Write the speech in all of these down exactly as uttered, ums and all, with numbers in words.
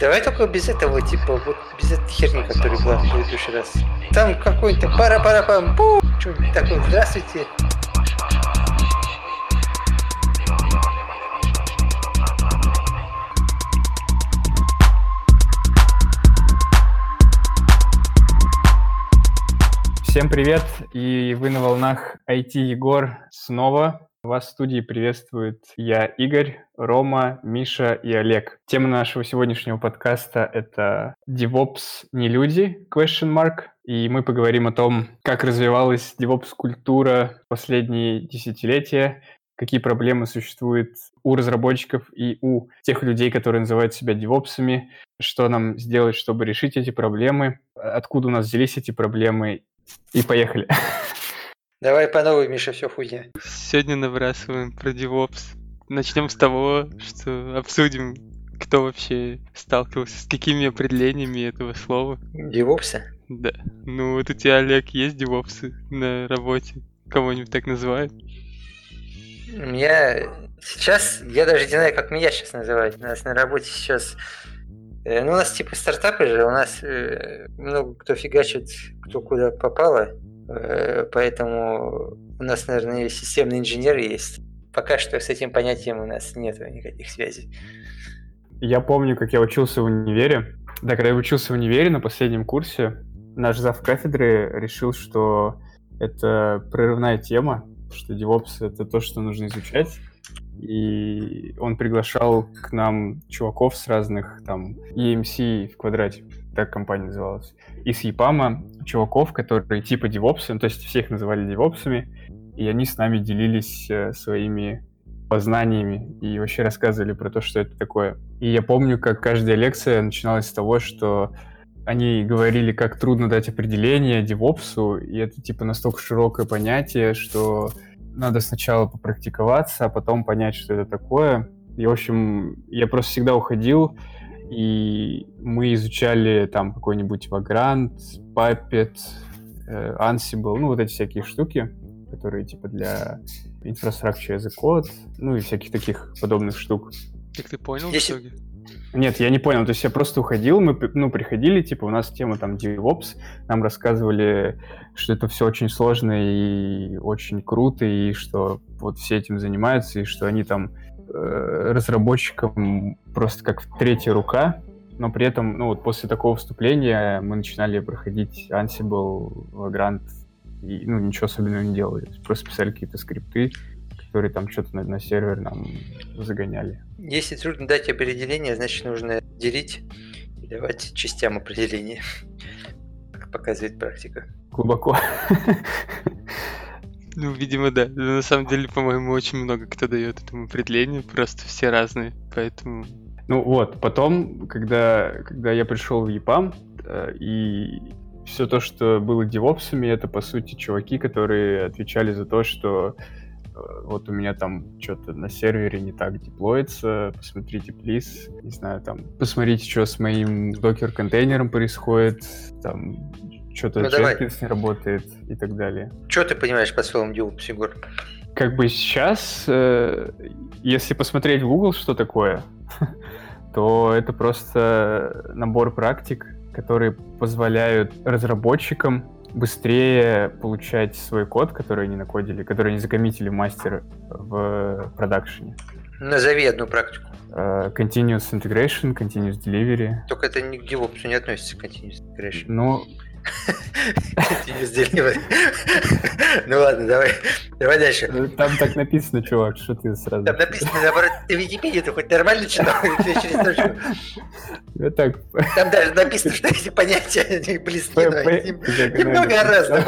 Давай только без этого, типа, вот без этой херни, которая была в предыдущий раз. Там какой-то пара-пара-пам, пу, что-нибудь такое, здравствуйте. Всем привет, и вы на волнах ай ти Егор снова. Вас в студии приветствует я, Игорь, Рома, Миша и Олег. Тема нашего сегодняшнего подкаста — это DevOps не люди, question mark. И мы поговорим о том, как развивалась DevOps-культура в последние десятилетия, какие проблемы существуют у разработчиков и у тех людей, которые называют себя девопсами, что нам сделать, чтобы решить эти проблемы, откуда у нас взялись эти проблемы. И поехали. Давай по новой, Миша, все хуйня. Сегодня набрасываем про DevOps. Начнем с того, что обсудим, кто вообще сталкивался с какими определениями этого слова. Девопсы? Да. Ну вот у тебя, Олег, есть девопсы на работе? Кого-нибудь так называют? Я сейчас, я даже не знаю, как меня сейчас называть. У нас на работе сейчас... Ну, у нас типа стартапы же, у нас э, много кто фигачит, кто куда попало, э, поэтому у нас, наверное, системные инженеры есть. Пока что с этим понятием у нас нет никаких связей. Я помню, как я учился в универе. Да, когда я учился в универе на последнем курсе, наш зав кафедры решил, что это прорывная тема, что DevOps — это то, что нужно изучать. И он приглашал к нам чуваков с разных, там, и эм си в квадрате, так компания называлась, и с ЕПАМа чуваков, которые типа девопсы, ну, то есть всех называли девопсами, и они с нами делились э, своими познаниями и вообще рассказывали про то, что это такое. И я помню, как каждая лекция начиналась с того, что они говорили, как трудно дать определение девопсу, и это типа настолько широкое понятие, что... Надо сначала попрактиковаться, а потом понять, что это такое. И, в общем, я просто всегда уходил, и мы изучали там какой-нибудь Vagrant, Puppet, э, Ansible, ну, вот эти всякие штуки, которые типа для Infrastructure as a Code, ну, и всяких таких подобных штук. Так ты понял в Если... итоге? Нет, я не понял. То есть я просто уходил, мы, ну, приходили, типа, у нас тема там DevOps, нам рассказывали, что это все очень сложно и очень круто, и что вот все этим занимаются, и что они там э, разработчикам просто как третья рука, но при этом, ну, вот после такого вступления мы начинали проходить Ansible, Vagrant, и, ну, ничего особенного не делали. Просто писали какие-то скрипты, которые там что-то на, на сервер нам загоняли. Если трудно дать определение, значит, нужно делить и давать частям определения, как показывает практика. Глубоко. Ну, видимо, да. На самом деле, по-моему, очень много кто дает этому определению, просто все разные, поэтому... Ну вот, потом, когда, когда я пришел в ЕПАМ, э, и все то, что было девопсами, это, по сути, чуваки, которые отвечали за то, что вот у меня там что-то на сервере не так деплоится, посмотрите, плиз, не знаю, там, посмотрите, что с моим докер-контейнером происходит, там, что-то ну, Jenkins не работает и так далее. Что ты понимаешь под словом DevOps, Егор? Как бы сейчас, э, если посмотреть в Google, что такое, то это просто набор практик, которые позволяют разработчикам быстрее получать свой код, который они накодили, который они закоммитили в мастер в продакшене. Назови одну практику. Uh, continuous integration, continuous delivery. Только это не к DevOps не относится, continuous integration. Ну... Continuous delivery. Ну ладно, давай, давай дальше. Там так написано, чувак, что ты сразу... Там написано, наоборот, ты в Википедии, ты хоть нормально читал? Через строчку. Так. Там даже написано, что эти понятия не близки, немного разные.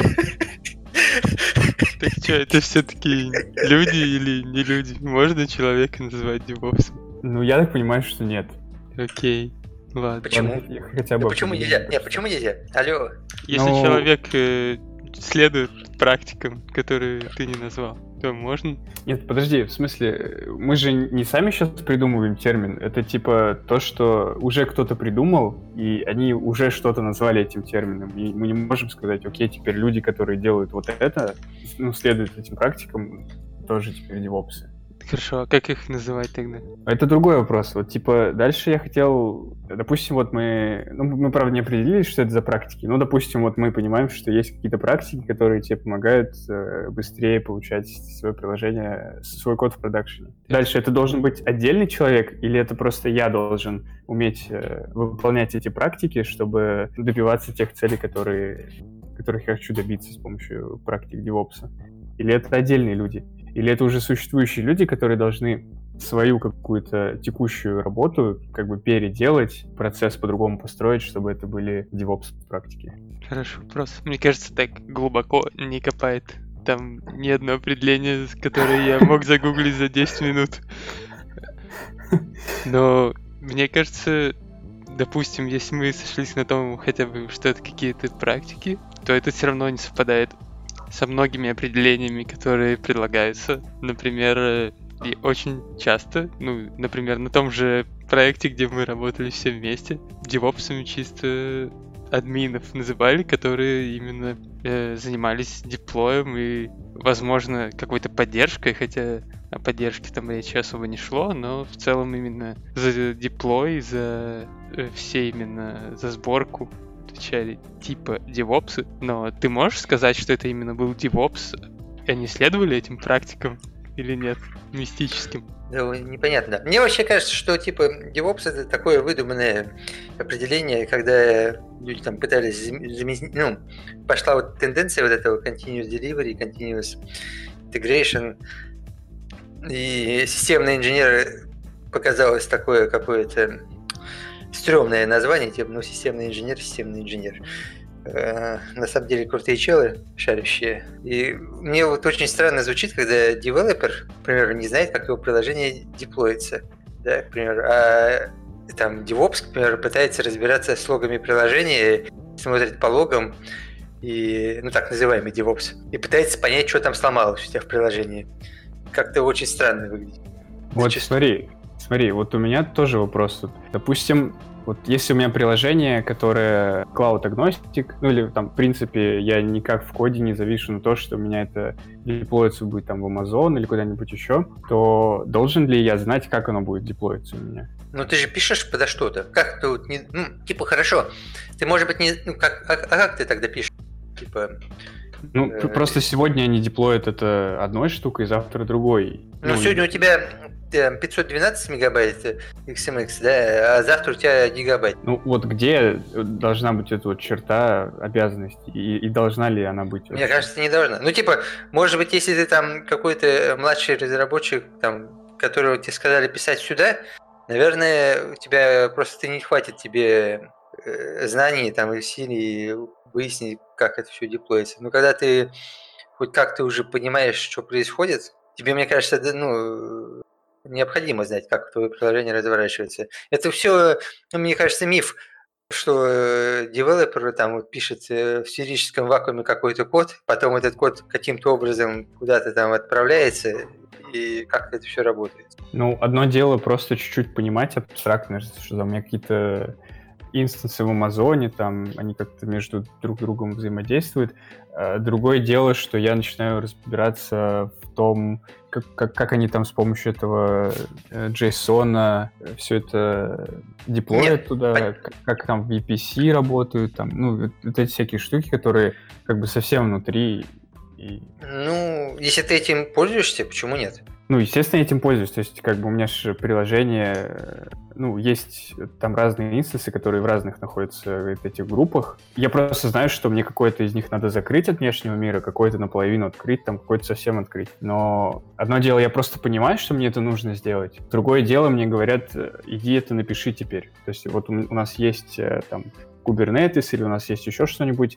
Так что, это все-таки люди или не люди? Можно человека называть девопсом? Ну, я так понимаю, что нет. Окей, ладно. Почему? Хотя бы. Да почему нельзя? Нет, почему нельзя? Алло. Если ну... человек э, следует практикам, которые ты не назвал, то можно? Нет, подожди, в смысле, мы же не сами сейчас придумываем термин. Это типа то, что уже кто-то придумал, и они уже что-то назвали этим термином. И мы не можем сказать, окей, теперь люди, которые делают вот это, ну, следуют этим практикам, тоже теперь девопсы. Хорошо, а как их называть тогда? Это другой вопрос. Вот, типа, дальше я хотел... Допустим, вот мы... Ну, мы, правда, не определились, что это за практики. Ну, допустим, вот мы понимаем, что есть какие-то практики, которые тебе помогают э, быстрее получать свое приложение, свой код в продакшене. Дальше это должен быть отдельный человек, или это просто я должен уметь э, выполнять эти практики, чтобы добиваться тех целей, которые, которых я хочу добиться с помощью практик DevOps? Или это отдельные люди? Или это уже существующие люди, которые должны свою какую-то текущую работу как бы переделать, процесс по-другому построить, чтобы это были DevOps-практики? Хороший вопрос. Мне кажется, так глубоко не копает. Там ни одно определение, которое я мог загуглить за десять минут. Но мне кажется, допустим, если мы сошлись на том хотя бы, что это какие-то практики, то это все равно не совпадает со многими определениями, которые предлагаются. Например, и очень часто, ну, например, на том же проекте, где мы работали все вместе, девопсами чисто админов называли, которые именно э, занимались деплоем и, возможно, какой-то поддержкой, хотя о поддержке там речи особо не шло, но в целом именно за деплой, за э, все именно за сборку отвечали типа девопсы. Но ты можешь сказать, что это именно был девопс, и они следовали этим практикам или нет, мистическим? Ну, непонятно. Мне вообще кажется, что типа DevOps это такое выдуманное определение, когда люди там пытались заменить, ну, пошла вот тенденция вот этого continuous delivery, continuous integration, и системные инженеры показалось такое какое-то стрёмное название, типа, ну, системный инженер, системный инженер. На самом деле крутые челы, шарящие. И мне вот очень странно звучит, когда девелопер, например, не знает, как его приложение деплоится. Да, к примеру, а там DevOps, к примеру, пытается разбираться с логами приложения, смотрит по логам, и, ну так называемый DevOps, и пытается понять, что там сломалось у тебя в приложении. Как-то очень странно выглядит. Вот смотри, смотри, вот у меня тоже вопрос тут. Допустим, вот если у меня приложение, которое cloud-агностик, ну или там, в принципе, я никак в коде не завишу на то, что у меня это деплоиться будет там в Amazon или куда-нибудь еще, то должен ли я знать, как оно будет деплоиться у меня? Ну ты же пишешь подо что-то. Как ты вот не... Ну, типа, хорошо. Ты, может быть, не... Ну, как... А, а как ты тогда пишешь? Типа... Ну, э... просто сегодня они деплоят это одной штукой, завтра другой. Ну, ну сегодня и... у тебя пятьсот двенадцать мегабайт икс эм экс, да, а завтра у тебя гигабайт. Ну, вот где должна быть эта вот черта обязанностей, и, и должна ли она быть? Мне вообще? Кажется, не должна. Ну, типа, может быть, если ты там какой-то младший разработчик, там, которого тебе сказали писать сюда, наверное, у тебя просто не хватит тебе знаний там или сил выяснить, как это все деплоится. Но когда ты хоть как-то уже понимаешь, что происходит, тебе, мне кажется, ну, необходимо знать, как твое приложение разворачивается. Это все, ну, мне кажется, миф, что девелопер там вот пишет в сферическом вакууме какой-то код, потом этот код каким-то образом куда-то там отправляется, и как это все работает. Ну, одно дело просто чуть-чуть понимать абстрактно, что там у меня какие-то инстансы в Амазоне, там они как-то между друг другом взаимодействуют. Другое дело, что я начинаю разбираться в том, как, как, как они там с помощью этого JSON все это деплоят Нет. туда, как, как там в ви пи си работают, там, ну, вот эти всякие штуки, которые как бы совсем внутри. И... Ну, если ты этим пользуешься, почему нет? Ну, естественно, я этим пользуюсь. То есть, как бы у меня же приложение, ну, есть там разные инстансы, которые в разных находятся в этих группах. Я просто знаю, что мне какой-то из них надо закрыть от внешнего мира, какой-то наполовину открыть, там какой-то совсем открыть. Но одно дело, я просто понимаю, что мне это нужно сделать. Другое дело, мне говорят, иди это напиши теперь. То есть, вот у нас есть там Kubernetes или у нас есть еще что-нибудь,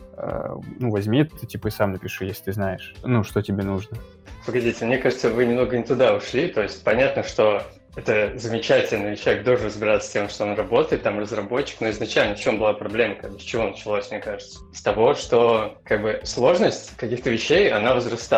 ну, возьми это, типа, и сам напиши, если ты знаешь, ну, что тебе нужно. Погодите, мне кажется, вы немного не туда ушли, то есть понятно, что это замечательно, и человек должен разбираться с тем, что он работает, там, разработчик, но изначально в чем была проблема, как бы, с чего началось, мне кажется? С того, что, как бы, сложность каких-то вещей, она возрастала.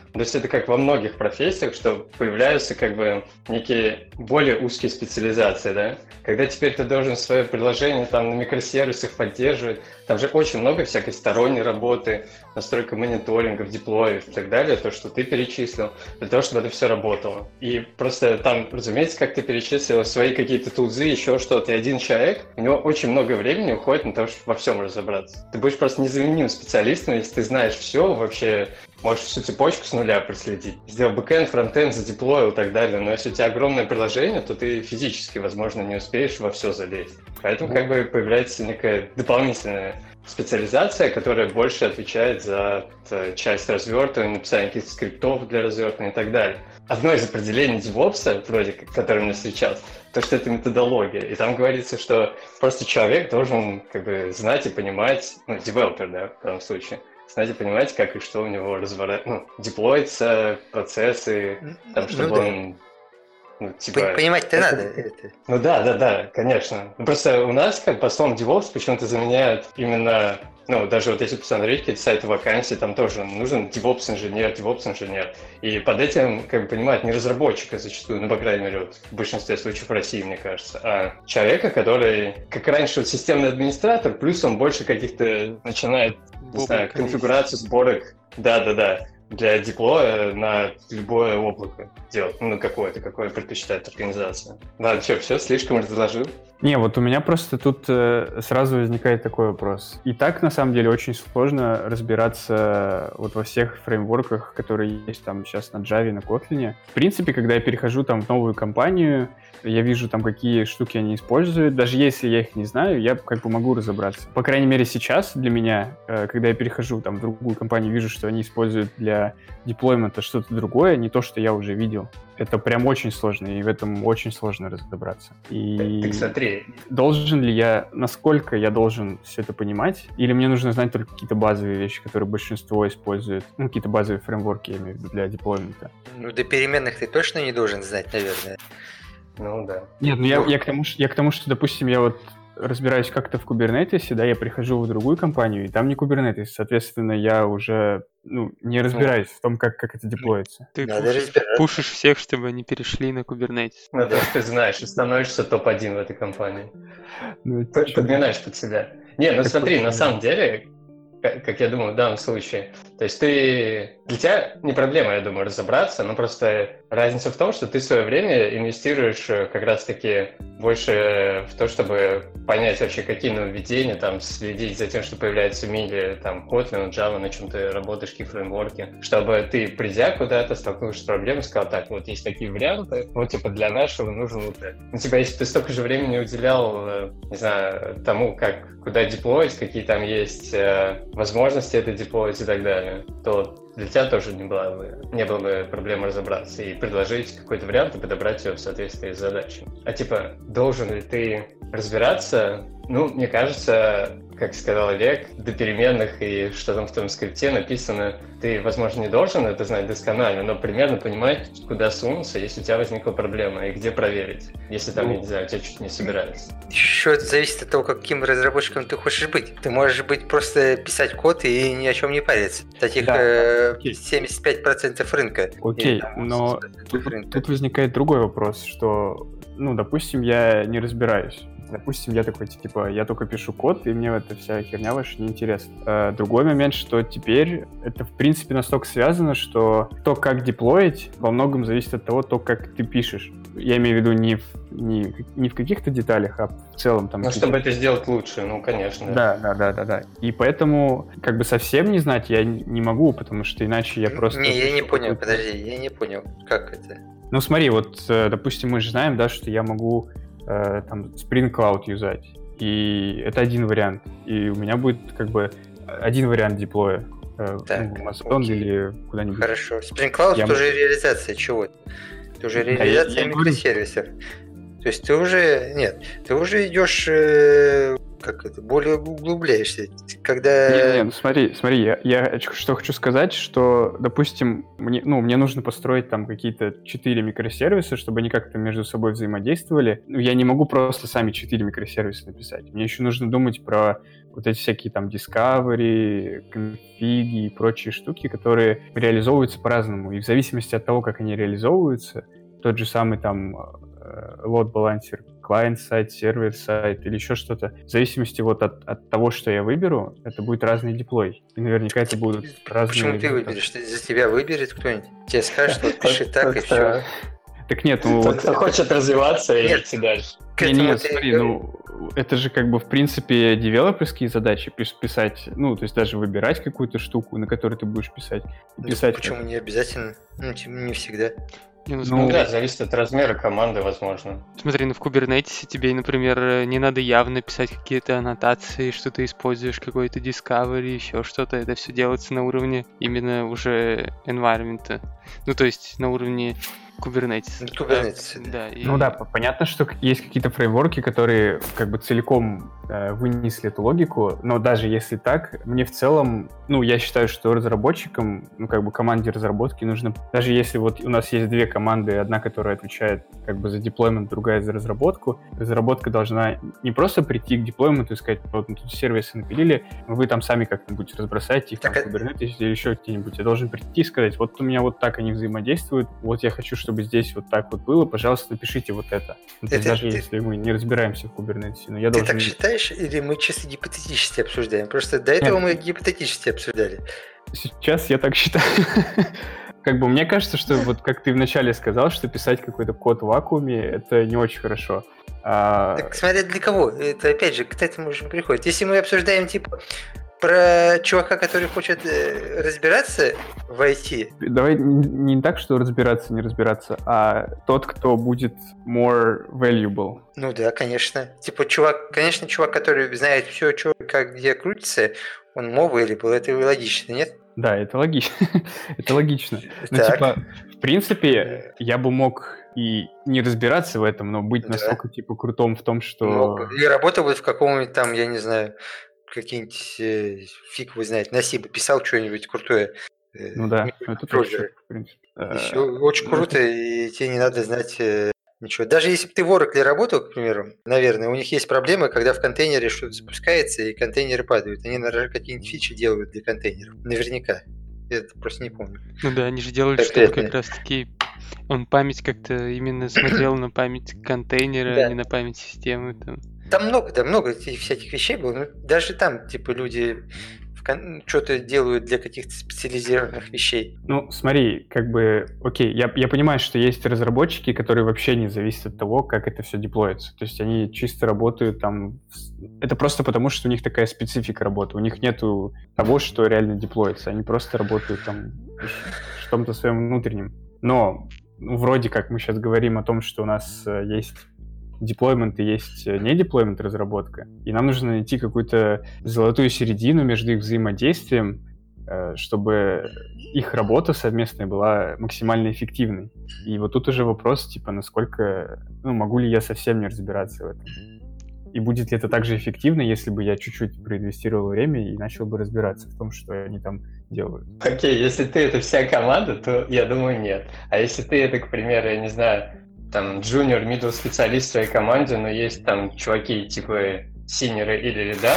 То есть это как во многих профессиях, что появляются как бы некие более узкие специализации, да? Когда теперь ты должен свое приложение там на микросервисах поддерживать, там же очень много всякой сторонней работы, настройка мониторингов, деплоев и так далее, то, что ты перечислил, для того, чтобы это все работало. И просто там, разумеется, как ты перечислил свои какие-то тулзы, еще что-то, и один человек, у него очень много времени уходит на то, чтобы во всем разобраться. Ты будешь просто незаменимым специалистом, если ты знаешь все, вообще можешь всю цепочку с нуля проследить. Сделал бэкэнд, фронтенд, задеплоил и так далее. Но если у тебя огромное приложение, то ты физически, возможно, не успеешь во все залезть. Поэтому как бы появляется некая дополнительная специализация, которая больше отвечает за часть развертывания, написания каких-то скриптов для развертывания и так далее. Одно из определений DevOps, вроде как, которое мне встречалось, то, что это методология. И там говорится, что просто человек должен как бы знать и понимать, ну, девелопер, да, в данном случае, знать и понимать, как и что у него разворачивается, ну, деплоится, процессы, там, чтобы ну, да. он... Ну, типа, понимать-то это... надо. Это. Ну да, да, да, конечно. Просто у нас, как по словам DevOps, почему-то заменяют именно, ну, даже вот если посмотреть какие-то сайты вакансий, там тоже нужен DevOps-инженер, DevOps-инженер. И под этим, как бы, понимают не разработчика зачастую, ну, по крайней мере, вот, в большинстве случаев в России, мне кажется, а человека, который, как раньше, вот, системный администратор, плюс он больше каких-то начинает, не знаю, конфигурацию сборок, да-да-да, для деплоя на любое облако делать, ну, на какое-то, какое предпочитает организация. Да, что, все, слишком разложил? Не, вот у меня просто тут э, сразу возникает такой вопрос. И так, на самом деле, очень сложно разбираться вот во всех фреймворках, которые есть там сейчас на Java, на Kotlin. В принципе, когда я перехожу там в новую компанию, я вижу там, какие штуки они используют. Даже если я их не знаю, я как бы могу разобраться. По крайней мере, сейчас для меня, э, когда я перехожу там в другую компанию, вижу, что они используют для деплоймента что-то другое, не то, что я уже видел. Это прям очень сложно, и в этом очень сложно разобраться. И так смотри. Должен ли я, насколько я должен все это понимать, или мне нужно знать только какие-то базовые вещи, которые большинство использует, ну, какие-то базовые фреймворки, я имею в виду, для деплоймента? Ну, до переменных ты точно не должен знать, наверное. Ну, да. Нет, ну, я, я, к тому, я к тому, что, допустим, я вот разбираюсь как-то в Kubernetes, да, я прихожу в другую компанию, и там не Kubernetes, соответственно, я уже, ну, не разбираюсь ну, в том, как, как это деплоится. Ты пушишь, пушишь всех, чтобы они перешли на Kubernetes. Ну, да, ты знаешь, и становишься топ один в этой компании. Ну, подминаешь под себя. Не, ну смотри, на самом деле, как, как я думаю, в данном случае, то есть ты... Для тебя не проблема, я думаю, разобраться, но просто разница в том, что ты свое время инвестируешь как раз-таки больше в то, чтобы понять вообще, какие нововведения, там, следить за тем, что появляется в мире, там, Kotlin, Java, на чем ты работаешь, какие фреймворки, чтобы ты, придя куда-то, столкнувшись с проблемой, сказал, так, вот есть такие варианты, вот, типа, для нашего нужен вот это. У тебя, если ты столько же времени уделял, не знаю, тому, как, куда деплоить, какие там есть возможности это деплоить и так далее, то для тебя тоже не было бы, не было бы проблемы разобраться и предложить какой-то вариант и подобрать его в соответствии с задачей. А типа, должен ли ты разбираться? Ну, мне кажется, как сказал Олег, до переменных и что там в том скрипте написано, ты, возможно, не должен это знать досконально, но примерно понимать, куда сунуться, если у тебя возникла проблема, и где проверить, если там, ну, я не знаю, у тебя что-то не собирается. Еще это зависит от того, каким разработчиком ты хочешь быть. Ты можешь быть просто писать код и ни о чем не париться. Таких да, э, семьдесят пять процентов рынка. Окей, но тут, рынка. Тут возникает другой вопрос, что, ну, допустим, я не разбираюсь. Допустим, я такой, типа, я только пишу код, и мне эта вся херня больше не интересна. А другой момент, что теперь это, в принципе, настолько связано, что то, как деплоить, во многом зависит от того, то, как ты пишешь. Я имею в виду не в, не, не в каких-то деталях, а в целом. Там, ну, чтобы это сделать лучше, ну, конечно. Да, да, да, да, да. И поэтому, как бы, совсем не знать я не могу, потому что иначе я просто... Не, я не понял, подожди, я не понял, как это? Ну, смотри, вот, допустим, мы же знаем, да, что я могу... там Spring Cloud юзать. И это один вариант. И у меня будет как бы один вариант деплоя. Так, ну, Amazon окей. Или куда-нибудь. Хорошо. Spring Cloud я тоже могу... реализация чего? Это уже реализация да, я, я микросервисов. Говорю... То есть ты уже... Нет, ты уже идешь э, как это, более углубляешься. Когда... Не, не, ну смотри, смотри, я, я что хочу сказать, что, допустим, мне, ну, мне нужно построить там какие-то четыре микросервиса, чтобы они как-то между собой взаимодействовали. Ну, я не могу просто сами четыре микросервиса написать. Мне еще нужно думать про вот эти всякие там discovery, конфиги и прочие штуки, которые реализовываются по-разному. И в зависимости от того, как они реализовываются, тот же самый там load balancer, клиент-сайт, сервер-сайт или еще что-то, в зависимости вот от, от того, что я выберу, это будет разный деплой. И наверняка это будут разные... Почему ты выберешь? За тебя выберет кто-нибудь? Тебе скажет, что пиши так и все. Так нет, ну... Тот, кто хочет развиваться и идти дальше. Не, нет, смотри, ну, это же как бы в принципе девелоперские задачи писать, ну, то есть даже выбирать какую-то штуку, на которой ты будешь писать. И писать почему как... не обязательно? Ну, не всегда. Не, ну, Ну смотри, да, зависит от размера команды, возможно. смотри, ну в Kubernetes тебе, например, не надо явно писать какие-то аннотации, что ты используешь какой-то discovery, еще что-то. Это все делается на уровне именно уже environment. Ну, то есть на уровне Kubernetes. Kubernetes. Да, и... Ну да, понятно, что есть какие-то фреймворки, которые как бы целиком э, вынесли эту логику, но даже если так, мне в целом, ну, я считаю, что разработчикам, ну, как бы команде разработки нужно, даже если вот у нас есть две команды, одна, которая отвечает как бы за деплоймент, другая за разработку, разработка должна не просто прийти к деплойменту и сказать, вот мы тут сервисы напилили, вы там сами как-нибудь разбросайте их там в Kubernetes или еще где-нибудь. Я должен прийти и сказать, вот у меня вот так они взаимодействуют, вот я хочу, чтобы здесь вот так вот было, пожалуйста, напишите вот это. Ну, то есть Это даже ты- если мы не разбираемся в Kubernetes, но я Ты должен... так считаешь, или мы чисто гипотетически обсуждаем? Просто до этого мы гипотетически обсуждали. Сейчас я так считаю. Как бы мне кажется, что вот как ты вначале сказал, что писать какой-то код в вакууме, это не очень хорошо. А, Так смотря для кого. Это опять же к этому же приходит. Если мы обсуждаем типа про чувака, который хочет э, разбираться в ай ти, Давай не не так, что разбираться, не разбираться, а тот, кто будет more valuable. ну да, конечно. Типа чувак, конечно, чувак, который знает все, что, как, где крутится, он мова или был, это логично, нет? Да, это логично. Это логично. Ну, Так. типа, в принципе, я бы мог и не разбираться в этом, но быть Да. настолько, типа, крутом в том, что... Мог бы. И работал бы в каком-нибудь там, я не знаю, какие-нибудь, э, фиг вы знаете, на Си бы писал что-нибудь крутое. э, Ну да, микро- это контроллеры. точно, в принципе. И Э, всё очень ну, круто, и тебе не надо знать э, ничего. Даже если бы ты в Oracle работал, к примеру, наверное, у них есть проблемы, когда в контейнере что-то запускается, и контейнеры падают. Они, наверное, какие-нибудь фичи делают для контейнеров. Наверняка. Я это просто не помню. Ну да, они же делали, Так чтобы это- как раз таки он память как-то именно смотрел на память контейнера, Да. а не на память системы. Там. Там много, да, много этих всяких вещей было. Ну, даже там, типа, люди в кон- что-то делают для каких-то специализированных вещей. Ну, смотри, как бы, окей, я, я понимаю, что есть разработчики, которые вообще не зависят от того, как это все деплоится. То есть они чисто работают там... с- Это просто потому, что у них такая специфика работы. У них нету того, что реально деплоится. Они просто работают там в чем-то своем внутреннем. Но ну, вроде как мы сейчас говорим о том, что у нас э, есть деплоймент и есть э, не деплоймент разработка, и нам нужно найти какую-то золотую середину между их взаимодействием, э, чтобы их работа совместная была максимально эффективной. И вот тут уже вопрос, типа, насколько, ну, могу ли я совсем не разбираться в этом? И будет ли это так же эффективно, если бы я чуть-чуть проинвестировал время и начал бы разбираться в том, что они там делают? Окей, если ты это вся команда, то я думаю нет. А если ты это, к примеру, я не знаю, там junior, middle специалист в своей команде, но есть там чуваки типа синеры или лида,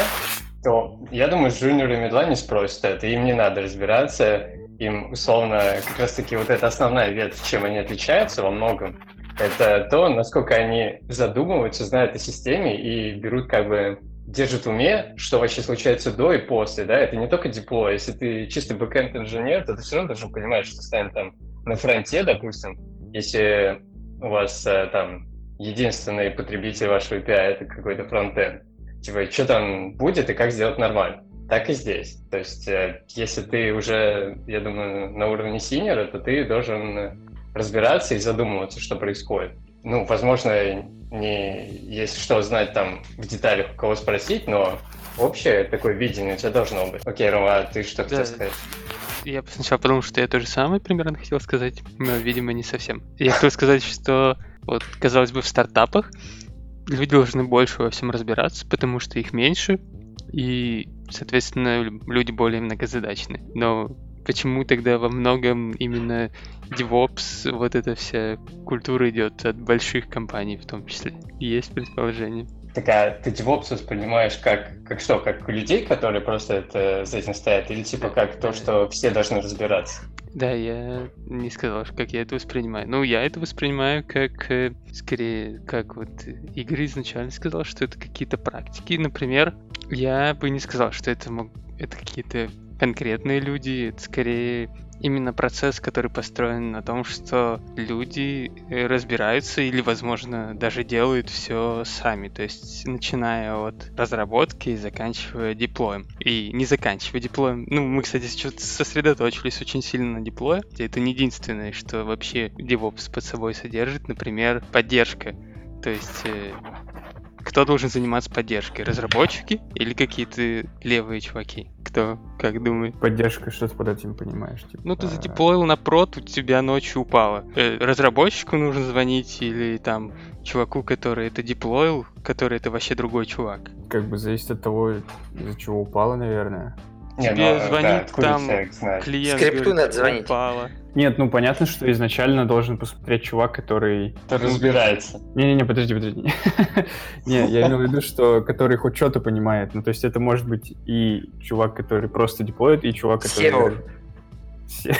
то я думаю, с junior и middle не спросят это, им не надо разбираться, им условно как раз таки вот эта основная ветвь, чем они отличаются во многом, это то, насколько они задумываются, знают о системе и берут как бы держат в уме, что вообще случается до и после, да, это не только деплой. Если ты чисто бэкэнд инженер, то ты все равно должен понимать, что станет там на фронте, допустим, если у вас э, там единственный потребитель вашего эй пи ай это какой-то фронтенд, типа, что там будет и как сделать нормально. Так и здесь. То есть, э, если ты уже, я думаю, на уровне синьора, то ты должен разбираться и задумываться, что происходит. Ну, возможно, не есть что знать там в деталях, у кого спросить, но общее такое видение у тебя должно быть. Окей, Рома, а ты что Да. хотел сказать? Я сначала подумал, что я то же самое примерно хотел сказать, но, видимо, не совсем. Я хотел сказать, что вот, казалось бы, в стартапах люди должны больше во всем разбираться, потому что их меньше, и, соответственно, люди более многозадачны. Но почему тогда во многом именно DevOps, вот эта вся культура идет от больших компаний в том числе? Есть предположение? Так, а ты DevOps воспринимаешь как, как что, как людей, которые просто это, за этим стоят, или типа как то, что все должны разбираться? Да, я не сказал, как я это воспринимаю. Ну, я это воспринимаю как, э, скорее, как вот Игорь изначально сказал, что это какие-то практики. Например, я бы не сказал, что это, мог... это какие-то конкретные люди, это скорее именно процесс, который построен на том, что люди разбираются или, возможно, даже делают все сами. То есть, начиная от разработки и заканчивая деплоем. И не заканчивая деплоем. Ну, мы, кстати, что-то сосредоточились очень сильно на деплое. Это не единственное, что вообще DevOps под собой содержит. Например, поддержка. То есть... Кто должен заниматься поддержкой? Разработчики или какие-то левые чуваки? Кто, как думает? Поддержка, что ты под этим понимаешь? Типа... Ну, ты задеплоил на прод, у тебя ночью упало. Э, разработчику нужно звонить или там чуваку, который это деплоил, который это вообще другой чувак? Как бы зависит от того, из-за чего упало, наверное. Тебе Не, ну, звонит да, там знает. клиент, Скрипту говорит, надо звонить. упало. Нет, ну понятно, что изначально должен посмотреть чувак, который... Кто разбирается. Не-не-не, подожди, подожди. Не, я имел в виду, что который хоть что-то понимает. Ну, то есть это может быть и чувак, который просто деплоит, и чувак, который... сео.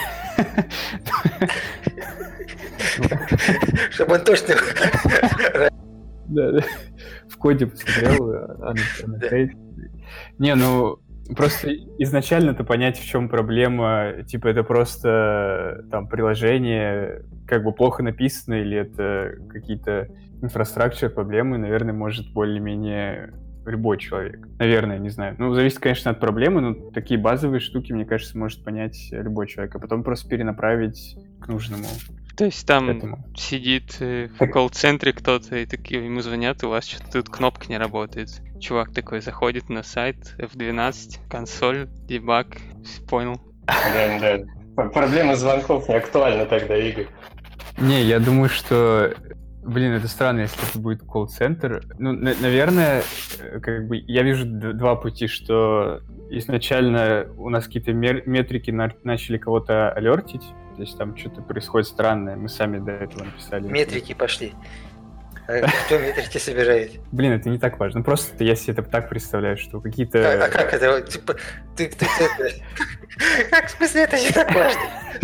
Чтобы он точно... Да, да. В коде посмотрел, аннотейт. Не, ну... Просто изначально-то понять, в чем проблема, типа это просто там приложение как бы плохо написано или это какие-то инфраструктурные проблемы, наверное, может более-менее любой человек. Наверное, не знаю. Ну, зависит, конечно, от проблемы, но такие базовые штуки, мне кажется, может понять любой человек, а потом просто перенаправить к нужному. То есть там этому. Сидит э, в колл-центре кто-то, и такие ему звонят, и у вас что-то тут кнопка не работает. Чувак такой заходит на сайт эф двенадцать, консоль, дебаг, понял. Да, да. Проблема звонков не актуальна тогда, Игорь. Не, я думаю, что... Блин, это странно, если это будет колл-центр. Ну, на- наверное, как бы я вижу д- два пути, что изначально у нас какие-то мер- метрики на- начали кого-то алертить, то есть там что-то происходит странное, мы сами до этого написали. Метрики пошли. А кто метрики собирает? Блин, это не так важно. Ну, просто ты- я себе это так представляю, что какие-то... А, а как это? Вот, Типа, ты, ты, ты- Как, в смысле, это не так важно?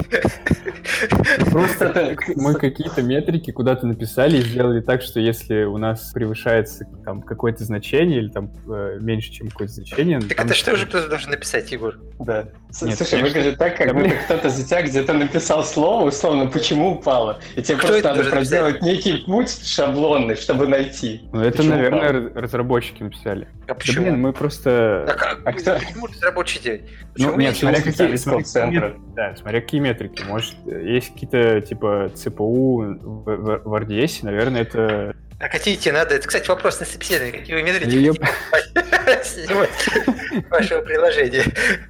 Просто мы какие-то метрики куда-то написали и сделали так, что если у нас превышается там какое-то значение или там э, меньше, чем какое-то значение... Так там- это что же кто-то должен написать, Егор? Да. С- Нет, Слушай, конечно. выглядит так, как Да, будто блин. кто-то за тебя где-то написал слово, условно, почему упало. И тебе Кто просто это надо должен проделать некий путь шаблонный, чтобы найти. Ну, это, почему наверное, упало. раз- разработчики написали. А Да, почему? блин, мы А просто... как? А кто? Почему разработчики? Ну, Почему нет, не- смотря почему какие, специалист смотря какие колл-центра? метрики, да, смотря какие метрики. Может, есть какие-то, типа, ЦПУ в, в, в ар ди эс, наверное, это... А какие тебе надо? Это, кстати, вопрос на собеседование. Какие вы метрики Её- хотите снимать вашего приложения?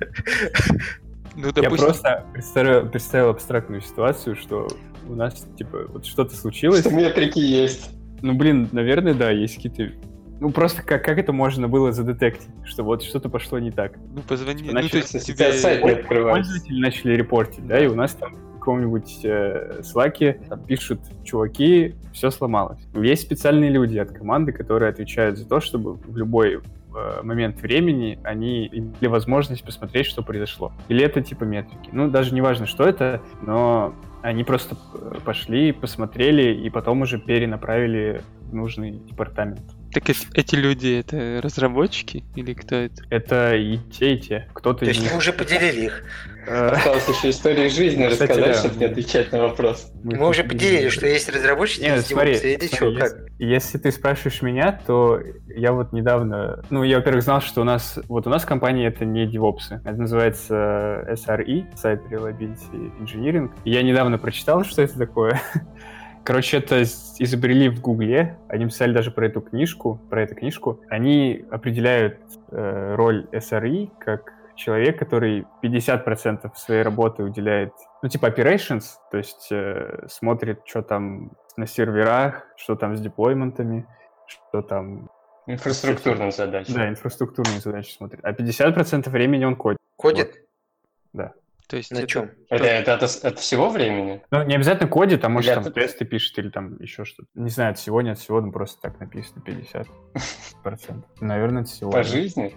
Ну, Я допустим, просто представил, представил абстрактную ситуацию, что у нас, типа, вот что-то случилось. Что метрики есть. Ну, блин, наверное, да, есть какие-то... Ну, просто как, как это можно было задетектить, что вот что-то пошло не так. ну позвони. Типа, Ну, то начали- есть Если у тебе... тебя сайт не открывается. Пользователи начали репортить, да, и у нас там в каком-нибудь э, слаке там пишут, чуваки, все сломалось. Есть специальные люди от команды, которые отвечают за то, чтобы в любой э, момент времени они имели возможность посмотреть, что произошло. Или это типа метрики. Ну, даже не важно, что это, но они просто э, пошли, посмотрели и потом уже перенаправили в нужный департамент. Так эти, эти люди, это разработчики или кто это? Это и те, и те. Кто-то То из есть них... мы уже поделили их. э, Осталось еще истории жизни Кстати, рассказать, да. чтобы не отвечать на вопрос. Мы уже поделили, что есть разработчики, Нет, есть смотри, девопсы. Или смотри, что, как? если, если ты спрашиваешь меня, то я вот недавно, ну, я, во-первых, знал, что у нас, вот у нас компания это не девопсы, это называется эс ар и, Site Reliability Engineering. И я недавно прочитал, что это такое. Короче, это изобрели в Гугле, они писали даже про эту книжку, про эту книжку. Они определяют э, роль эс ар и как человек, который пятьдесят процентов своей работы уделяет, ну, типа operations, то есть э, смотрит, что там на серверах, что там с деплойментами, что там... Инфраструктурные задачи. Да, инфраструктурные задачи смотрит. А пятьдесят процентов времени он кодит. Кодит? Вот. Да. То есть На это- чем? Это, это от, от всего времени? Ну, не обязательно кодит, а может Или там от- тесты пишет или там еще что-то. Не знаю, от всего, не от всего, но просто так написано пятьдесят процентов. Наверное, от всего. По да. жизни?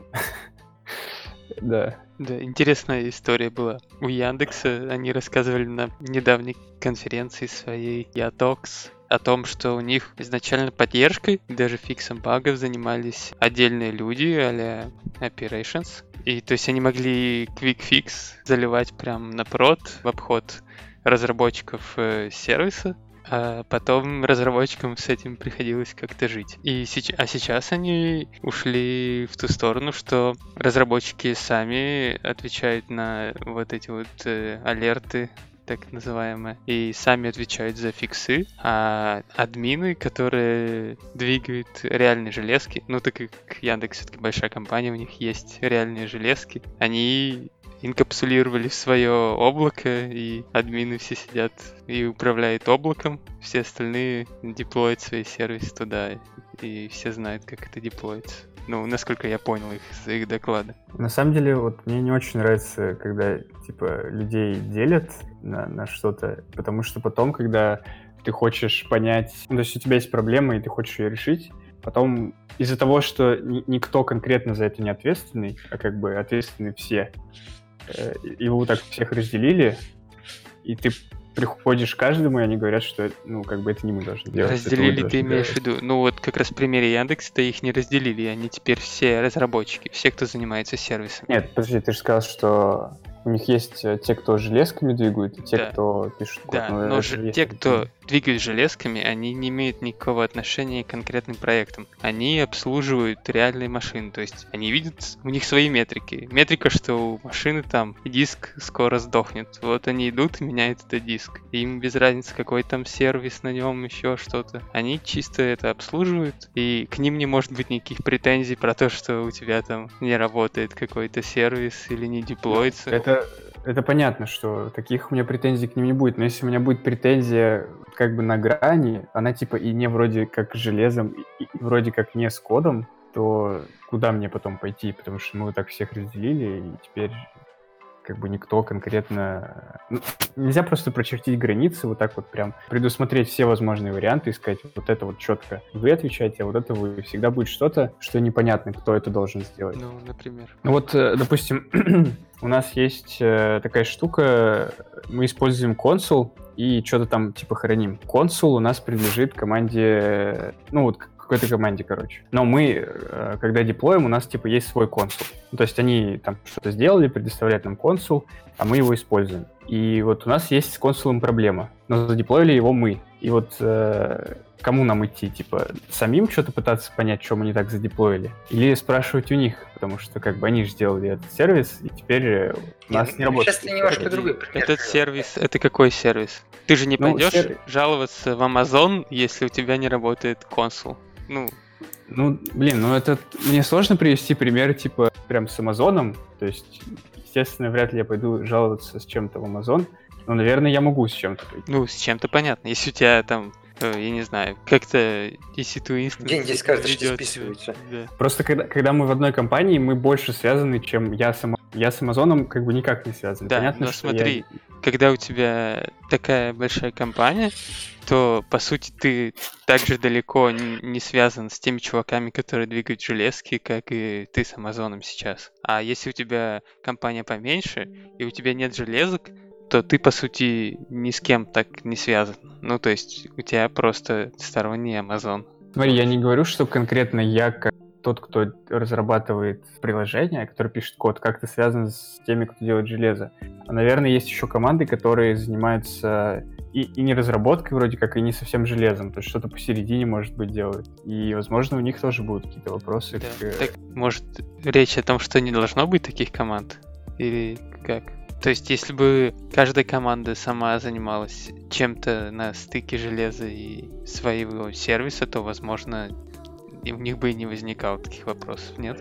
Да. Да, интересная история была. У Яндекса они рассказывали на недавней конференции своей Ятокс о том, что у них изначально поддержкой, даже фиксом багов занимались отдельные люди а-ля Operations. И то есть они могли Quick Fix заливать прям на прод в обход разработчиков э, сервиса, а потом разработчикам с этим приходилось как-то жить. И сеч- а сейчас они ушли в ту сторону, что разработчики сами отвечают на вот эти вот э, алерты, так называемые, и сами отвечают за фиксы, а админы, которые двигают реальные железки, ну так как Яндекс все-таки большая компания, у них есть реальные железки, они инкапсулировали в свое облако, и админы все сидят и управляют облаком, все остальные деплоят свои сервисы туда, и все знают, как это деплоится. Ну, насколько я понял их из их доклада. На самом деле, вот мне не очень нравится, когда типа людей делят на, на что-то, потому что потом, когда ты хочешь понять, ну, то есть у тебя есть проблема, и ты хочешь ее решить, потом из-за того, что ни- никто конкретно за это не ответственный, а как бы ответственны все, э, его так всех разделили, и ты приходишь к каждому, и они говорят, что ну как бы это не мы должны делать. это вы Разделили, должны ты имеешь в делать. виду? Ну вот как раз в примере Яндекса-то их не разделили, они теперь все разработчики, все, кто занимается сервисом. Нет, подожди, ты же сказал, что у них есть э, те, кто железками двигают, и те, Да. кто пишет код. Да, Ну, но это же есть те, разделение. кто двигают железками, они не имеют никакого отношения к конкретным проектам. Они обслуживают реальные машины, то есть они видят, у них свои метрики. Метрика, что у машины там диск скоро сдохнет. Вот они идут и меняют этот диск. Им без разницы, какой там сервис на нем, еще что-то. Они чисто это обслуживают, и к ним не может быть никаких претензий про то, что у тебя там не работает какой-то сервис или не деплоится. Это, это понятно, что таких у меня претензий к ним не будет, но если у меня будет претензия как бы на грани, она типа и не вроде как с железом, и, и вроде как не с кодом, то куда мне потом пойти? Потому что мы вот так всех разделили, и теперь как бы никто конкретно... Ну, нельзя просто прочертить границы, вот так вот прям предусмотреть все возможные варианты и сказать, вот это вот четко вы отвечаете, а вот это вы. Всегда будет что-то, что непонятно, кто это должен сделать. Ну, например. Ну вот, э, допустим, у нас есть э, такая штука, мы используем консул и что-то там типа храним. Консул у нас принадлежит команде, э, ну вот к какой-то команде, короче. Но мы, э, когда деплоим, у нас типа есть свой консул. Ну, то есть они там что-то сделали, предоставляют нам консул, а мы его используем. И вот у нас есть с консулом проблема, но задеплоили его мы. И вот э, кому нам идти? Типа самим что-то пытаться понять, что мы не так задеплоили? Или спрашивать у них? Потому что как бы они же сделали этот сервис, и теперь э, у нас Нет, не работает. Сейчас ты немножко Погоди, другой пример Этот привел. сервис, это какой сервис? Ты же не Ну, пойдешь сервис- жаловаться в Amazon, если у тебя не работает консул. Ну, Ну, блин, ну это... Мне сложно привести пример, типа, прям с Амазоном. То есть, естественно, вряд ли я пойду жаловаться с чем-то в Амазон. Но, наверное, я могу с чем-то пойти. ну, с чем-то понятно. Если у тебя там, э, я не знаю, как-то и си ту инстанс Деньги с карточки ведёт, списываются. да. Просто когда, когда мы в одной компании, мы больше связаны, чем я с, Ама- я с Амазоном как бы никак не связан. Да, Понятно, но что смотри, я... когда у тебя такая большая компания, то, по сути, ты так же далеко н- не связан с теми чуваками, которые двигают железки, как и ты с Амазоном сейчас. А если у тебя компания поменьше, и у тебя нет железок, то ты, по сути, ни с кем так не связан. Ну, то есть, у тебя просто сторонний Амазон. Смотри, я не говорю, что конкретно я, как тот, кто разрабатывает приложение, который пишет код, как-то связан с теми, кто делает железо. А, наверное, есть еще команды, которые занимаются и, и не разработкой вроде как, и не совсем железом. То есть что-то посередине, может быть, делают. И, возможно, у них тоже будут какие-то вопросы. Да. к- Так, может, речь о том, что не должно быть таких команд? Или как? То есть, если бы каждая команда сама занималась чем-то на стыке железа и своего сервиса, то, возможно, и у них бы и не возникало таких вопросов, нет?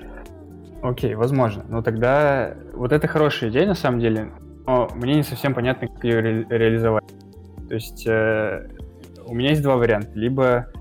Окей, возможно. Но тогда вот это хорошая идея, на самом деле, но мне не совсем понятно, как ее ре- реализовать. То есть э, у меня есть два варианта. Либо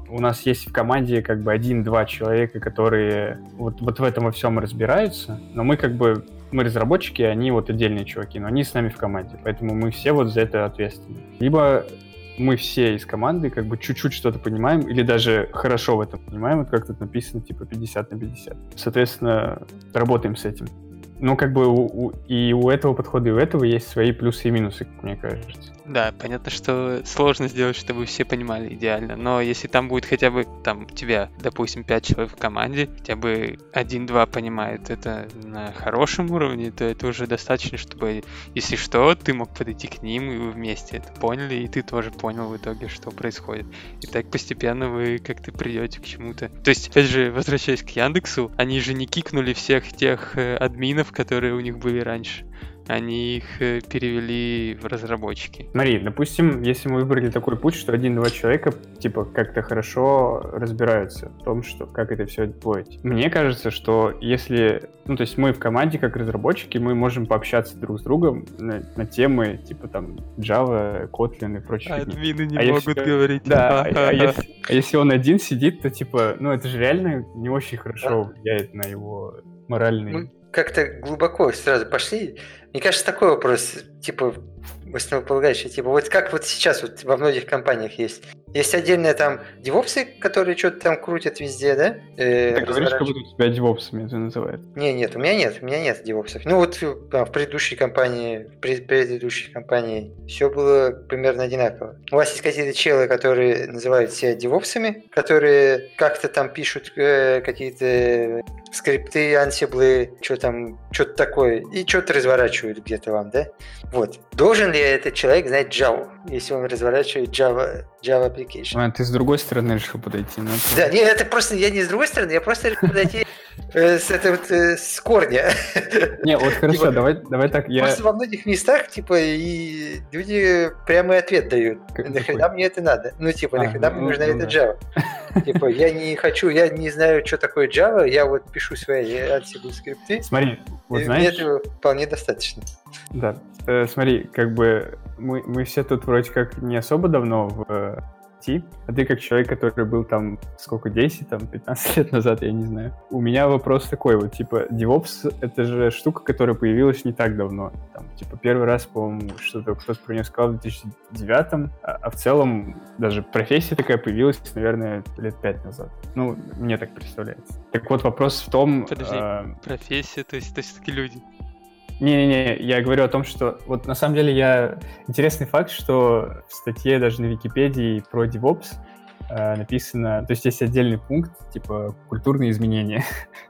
у нас есть в команде как бы один-два человека, которые вот, вот в этом во всем разбираются, но мы как бы, мы разработчики, они вот отдельные чуваки, но они с нами в команде, поэтому мы все вот за это ответственны. Либо мы все из команды как бы чуть-чуть что-то понимаем, или даже хорошо в этом понимаем, вот как тут написано, типа пятьдесят на пятьдесят. Соответственно, работаем с этим. Ну, как бы у, у, и у этого подхода, и у этого есть свои плюсы и минусы, как мне кажется. Да, понятно, что сложно сделать, чтобы все понимали идеально, но если там будет хотя бы, там, у тебя, допустим, пять человек в команде, хотя бы один-два понимают это на хорошем уровне, то это уже достаточно, чтобы, если что, ты мог подойти к ним, и вы вместе это поняли, и ты тоже понял в итоге, что происходит. И так постепенно вы как-то придете к чему-то. То есть, опять же, возвращаясь к Яндексу, они же не кикнули всех тех э, админов, которые у них были раньше. Они их перевели в разработчики. Смотри, допустим, если мы выбрали такой путь, что один-два человека типа как-то хорошо разбираются в том, что как это все деплоить. Мне кажется, что если, ну то есть мы в команде как разработчики, мы можем пообщаться друг с другом на, на темы типа там Java, Kotlin и прочие. Админы не а могут если, говорить. Да, а, а, если, а если он один сидит, то типа, ну это же реально не очень хорошо влияет на его моральный... Как-то глубоко сразу пошли. Мне кажется, такой вопрос, типа, основополагающий, типа, вот как вот сейчас вот во многих компаниях есть. Есть отдельные там девопсы, которые что-то там крутят везде, да? Э, Ты говоришь, как будто у тебя девопсами это называют. Не, нет, у меня нет, у меня нет девопсов. Ну вот там, в предыдущей компании, в предыдущей компании все было примерно одинаково. У вас есть какие-то челы, которые называют себя девопсами, которые как-то там пишут э, какие-то скрипты, ансиблы, что там, что-то такое, и что-то разворачивают где-то вам, да? Вот. Должен ли этот человек знать Java, если он разворачивает Java, Java application? А, ты с другой стороны решил подойти, ну? Да, нет, это просто, я не с другой стороны, я просто решил подойти э, с, это вот, э, с корня. Не, вот хорошо, типа, давай, давай так, я... Просто во многих местах, типа, и люди прямой ответ дают. Как нахрена такой? Мне это надо? Ну, типа, а, нахрена ну, мне нужна ну, эта Java? Типа, я не хочу, я не знаю, что такое Java, я вот пишу свои Ansible скрипты. Смотри, вот и знаешь... мне этого вполне достаточно. Да, э, смотри, как бы мы, мы все тут вроде как не особо давно в э, ти, а ты как человек, который был там сколько, десять, там, пятнадцать лет назад, я не знаю. У меня вопрос такой, вот, типа, DevOps — это же штука, которая появилась не так давно. Там, типа, первый раз, по-моему, что-то кто-то про нее сказал в две тысячи девятом, а, а в целом даже профессия такая появилась, наверное, лет пять назад. Ну, мне так представляется. Так вот, вопрос в том... Подожди, э... профессия, то есть это все-таки люди? Не-не-не, я говорю о том, что вот на самом деле я... Интересный факт, что в статье даже на Википедии про DevOps э, написано... То есть есть отдельный пункт, типа, культурные изменения.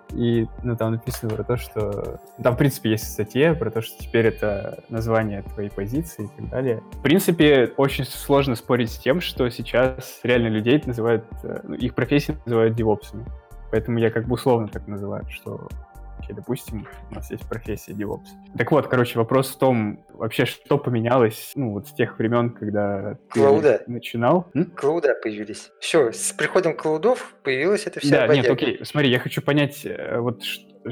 И ну, там написано про то, что... Там, в принципе, есть статья про то, что теперь это название твоей позиции и так далее. В принципе, очень сложно спорить с тем, что сейчас реально людей называют... Ну, их профессии называют девопсами. Поэтому я как бы условно так называю, что... Допустим, у нас есть профессия DevOps. Так вот, короче, вопрос в том, вообще, что поменялось, ну, вот с тех времен, когда Клауда. ты начинал? М? Клауда появились. Все, с приходом клаудов появилась эта вся Да, бодяга. нет, окей, смотри, я хочу понять, вот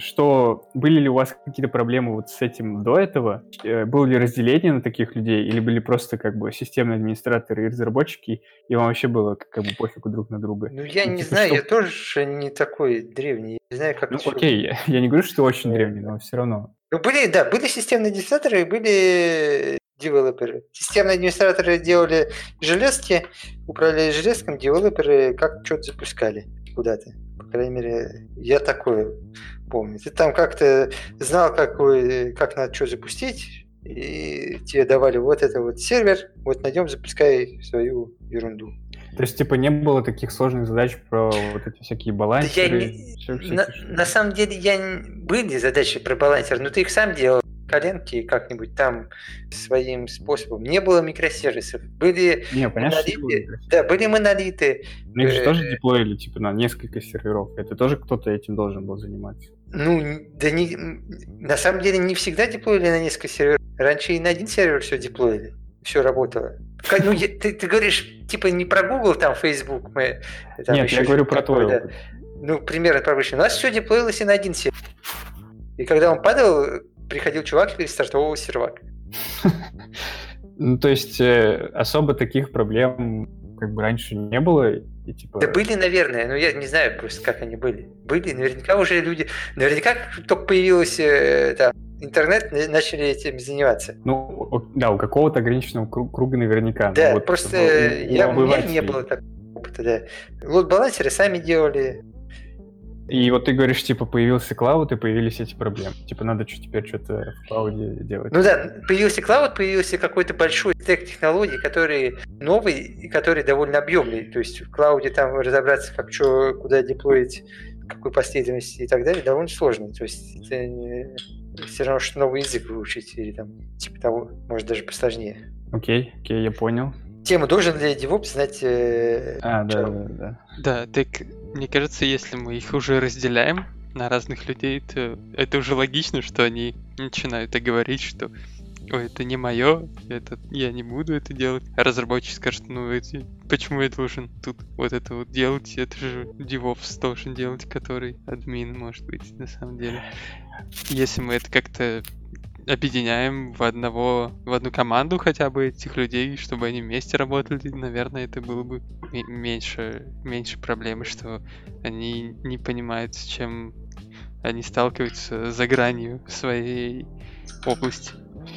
что, были ли у вас какие-то проблемы вот с этим до этого? Было ли разделение на таких людей? Или были просто как бы системные администраторы и разработчики, и вам вообще было как бы пофигу друг на друга? Ну, я ну, не типа, знаю, что... я тоже не такой древний. Я не знаю, как... Ну, это окей, я, я не говорю, что ты очень древний, но все равно. Ну, были, да, были системные администраторы, были девелоперы. Системные администраторы делали железки, управляли железком, девелоперы как что-то запускали куда-то. По крайней мере, я такое помню. Ты там как-то знал, как, как надо что запустить, и тебе давали вот это вот сервер, вот на нем запускай свою ерунду. То есть, типа, не было таких сложных задач про вот эти всякие балансеры? Да я не... все, на, на самом деле, я... были задачи про балансер, но ты их сам делал. Коленки как-нибудь там своим способом. Не было микросервисов. Были не, понятно, монолиты. Да, были монолиты. Но их же тоже деплоили, типа, на несколько серверов. Это тоже кто-то этим должен был заниматься. Ну, да не... На самом деле, не всегда деплоили на несколько серверов. Раньше и на один сервер все деплоили. Все работало. Ну, я, ты, ты говоришь, типа, не про Google, там, Facebook. Мы, там Нет, я говорю про твой да. опыт. Ну, примерно про обычный. У нас все деплоилось и на один сервер. И когда он падал, приходил чувак и перестартовывал сервак. Ну, то есть, э, особо таких проблем как бы раньше не было. И, типа... Да были, наверное, но я не знаю просто, как они были. Были, наверняка уже люди... Наверняка, как только появился там, интернет, начали этим заниматься. Ну, да, у какого-то ограниченного круга наверняка. Да, вот, просто у, я, у у меня не было такого опыта, да. Лот-балансеры сами делали. И вот ты говоришь, типа, появился клауд, и появились эти проблемы. Типа, надо что теперь что-то в клауде делать. Ну да, появился клауд, появился какой-то большой стек технологий, который новый и который довольно объемный. То есть в клауде там разобраться, как что, куда деплоить, какой последовательности и так далее, довольно сложно. То есть это не... все равно, что новый язык выучить или там типа того, может даже посложнее. Окей, окей, я понял. Тему должен ли DevOps знать... Э, а, да, да, да. Да, так мне кажется, если мы их уже разделяем на разных людей, то это уже логично, что они начинают и говорить, что ой, это не мое, это я не буду это делать. А разработчик скажет, ну эти, почему я должен тут вот это вот делать? Это же DevOps должен делать, который админ, может быть, на самом деле. Если мы это как-то объединяем в одного, в одну команду хотя бы этих людей, чтобы они вместе работали, наверное, это было бы меньше, меньше проблемы, что они не понимают, с чем они сталкиваются за гранью своей области.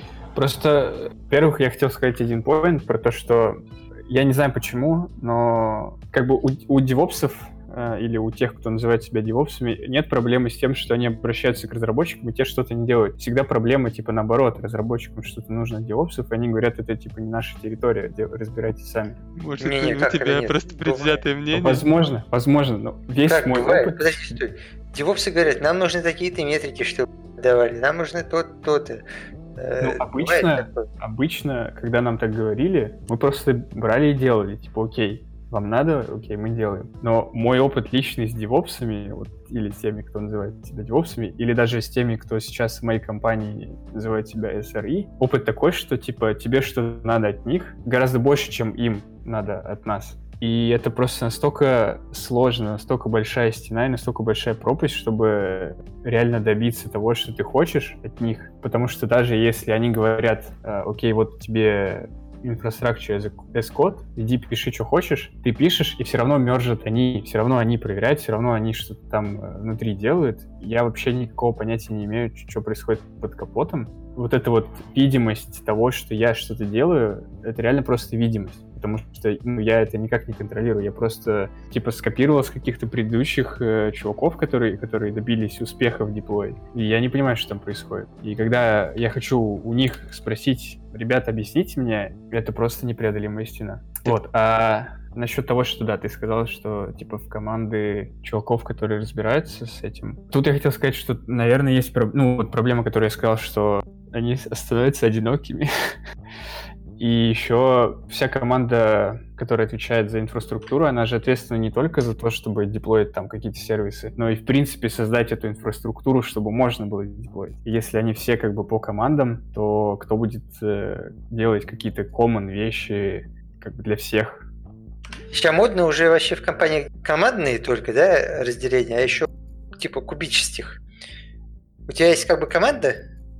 Просто, во-первых, я хотел сказать один поинт про то, что я не знаю почему, но как бы у, у девопсов э, или у тех, кто называет себя девопсами, нет проблемы с тем, что они обращаются к разработчикам, и те что-то не делают. Всегда проблема, типа, наоборот, разработчикам что-то нужно от девопсов, и они говорят, это, типа, не наша территория, разбирайтесь сами. Может, не, не, у тебя просто предвзятое мнение? Возможно, возможно, но весь как мой бывает? опыт... Подожди, стой. Девопсы говорят, нам нужны такие-то метрики, чтобы давали, нам нужны то-то, то-то. Ну, обычно, обычно, когда нам так говорили, мы просто брали и делали. Типа, окей, вам надо, окей, мы делаем. Но мой опыт личный с девопсами, вот, или с теми, кто называет себя девопсами, или даже с теми, кто сейчас в моей компании называет себя эс эр и, опыт такой, что, типа, тебе что-то надо от них гораздо больше, чем им надо от нас. И это просто настолько сложно, настолько большая стена и настолько большая пропасть, чтобы реально добиться того, что ты хочешь от них. Потому что даже если они говорят, окей, вот тебе infrastructure as, as code, иди пиши, что хочешь, ты пишешь, и все равно мержат они, все равно они проверяют, все равно они что-то там внутри делают. Я вообще никакого понятия не имею, что происходит под капотом. Вот эта вот видимость того, что я что-то делаю, это реально просто видимость. Потому что ну, я это никак не контролирую. Я просто типа скопировал с каких-то предыдущих э, чуваков, которые, которые добились успеха в деплое. И я не понимаю, что там происходит. И когда я хочу у них спросить, ребята, объясните мне, это просто непреодолимая стена. Вот. А насчет того, что да, ты сказал, что типа в команды чуваков, которые разбираются с этим. Тут я хотел сказать, что, наверное, есть ну, вот проблема, которую я сказал, что они становятся одинокими. И еще вся команда, которая отвечает за инфраструктуру, она же ответственна не только за то, чтобы деплоить там какие-то сервисы, но и, в принципе, создать эту инфраструктуру, чтобы можно было деплоить. И если они все как бы по командам, то кто будет э, делать какие-то common вещи как бы для всех? Сейчас модно уже вообще в компании командные только, да, разделения, а еще типа кубических. У тебя есть как бы команда?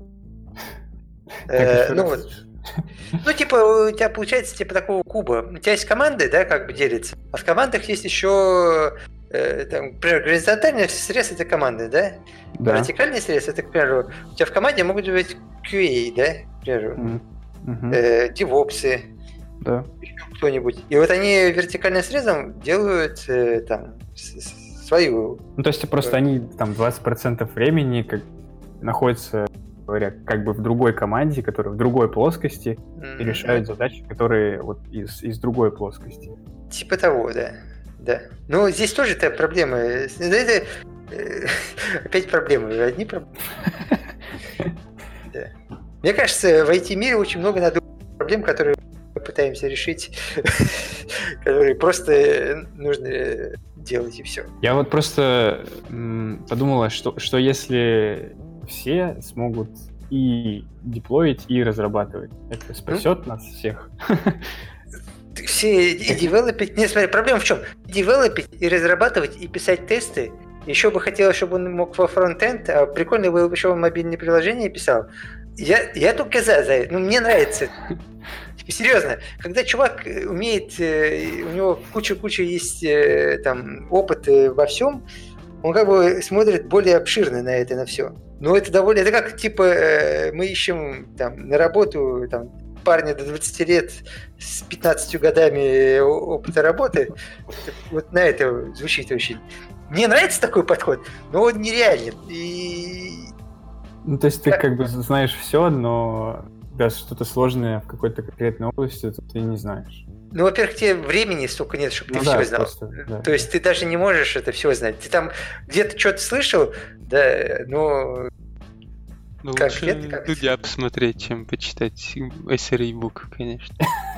Э, ну вот. Ну, типа, у тебя получается типа такого куба. У тебя есть команды, да, как бы делятся. А в командах есть еще, э, там, например, горизонтальный срез — это команды, да? Да. Вертикальный срез — это, к примеру, у тебя в команде могут быть кью эй, да, к примеру, mm-hmm. э, девопсы, да. еще кто-нибудь. И вот они вертикальным срезом делают э, там свою... Ну, то есть просто они там двадцать процентов времени как находятся, говоря, как бы в другой команде, которая в другой плоскости, mm-hmm. и решают задачи, которые вот из, из другой плоскости. Типа того, да. Да. Ну, здесь тоже -то проблемы. Это, э, опять проблемы. Одни проблемы. Да. Мне кажется, в ай ти-мире очень много надо проблем, которые мы пытаемся решить, которые просто нужно делать, и все. Я вот просто м, подумала, что, что если все смогут и деплоить, и разрабатывать, это спасет mm? нас всех. Все и девелопить... Не, смотри, проблема в чем? Девелопить и разрабатывать, и писать тесты. Еще бы хотелось, чтобы он мог во фронтенд, а прикольно было бы, еще он мобильные приложения писал. Я, я только за, за это. Ну, мне нравится. Типа, серьезно, когда чувак умеет, у него куча-куча есть там опыт во всем, он как бы смотрит более обширно на это, на все. Но это довольно... Это как, типа, мы ищем там на работу там, парня до двадцати лет с пятнадцатью годами опыта работы. Вот на это звучит очень. Мне нравится такой подход, но он нереален. И... Ну, то есть ты как бы знаешь все, но даже что-то сложное в какой-то конкретной области, то ты не знаешь. Ну, во-первых, тебе времени столько нет, чтобы ну, ты да, все знал. Просто, да. То есть ты даже не можешь это все знать. Ты там где-то что-то слышал, да, но... Ну, лучше как... Дудя посмотреть, чем почитать эс эр и-бук, конечно.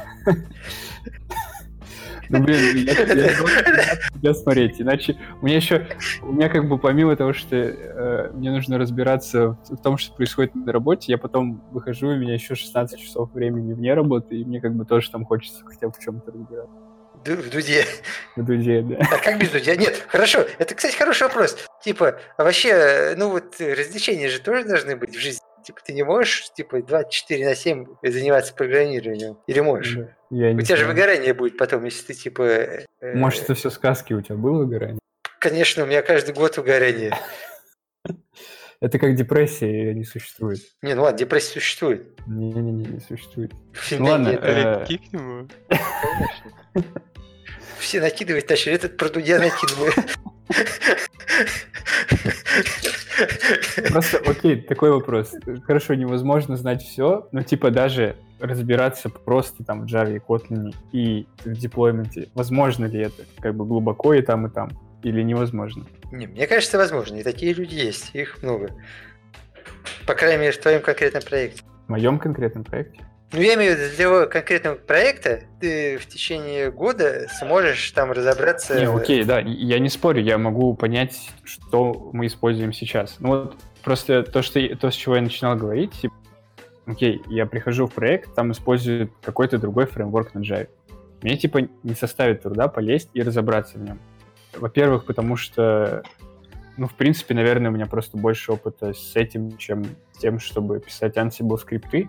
Ну, блин, я, я, я, я смотреть, иначе у меня еще, у меня как бы помимо того, что э, мне нужно разбираться в, в том, что происходит на работе, я потом выхожу, и у меня еще шестнадцать часов времени вне работы, и мне как бы тоже там хочется хотя бы в чем-то разбираться. В Дуде. В Дуде, да. А как без Дудя? Нет, хорошо, это, кстати, хороший вопрос. Типа, а вообще, ну вот развлечения же тоже должны быть в жизни. Типа, ты не можешь, типа, двадцать четыре на семь заниматься программированием? Или можешь? Да, я у тебя знаю. Же выгорание будет потом, если ты, типа... Э... Может, это все сказки, у тебя было выгорание? Конечно, у меня каждый год выгорание. Это как депрессия, не существует. Не, ну ладно, депрессия существует. Не-не-не, не существует. Ну ладно. Все накидывают, начали, этот про Дудя накидывает. Просто, окей, такой вопрос. Хорошо, невозможно знать все, но типа даже разбираться просто там в Java и Kotlin и в деплойменте, возможно ли это? Как бы глубоко и там, и там. Или невозможно? Не, мне кажется, возможно. И такие люди есть, их много. По крайней мере, в твоем конкретном проекте. В моем конкретном проекте? Ну, я имею в виду, для твоего конкретного проекта ты в течение года сможешь там разобраться... Не, окей, да, я не спорю, я могу понять, что мы используем сейчас. Ну вот просто то, что, то с чего я начинал говорить, типа, окей, я прихожу в проект, там используют какой-то другой фреймворк на Java. Мне типа не составит труда полезть и разобраться в нем. Во-первых, потому что, ну, в принципе, наверное, у меня просто больше опыта с этим, чем с тем, чтобы писать Ansible скрипты.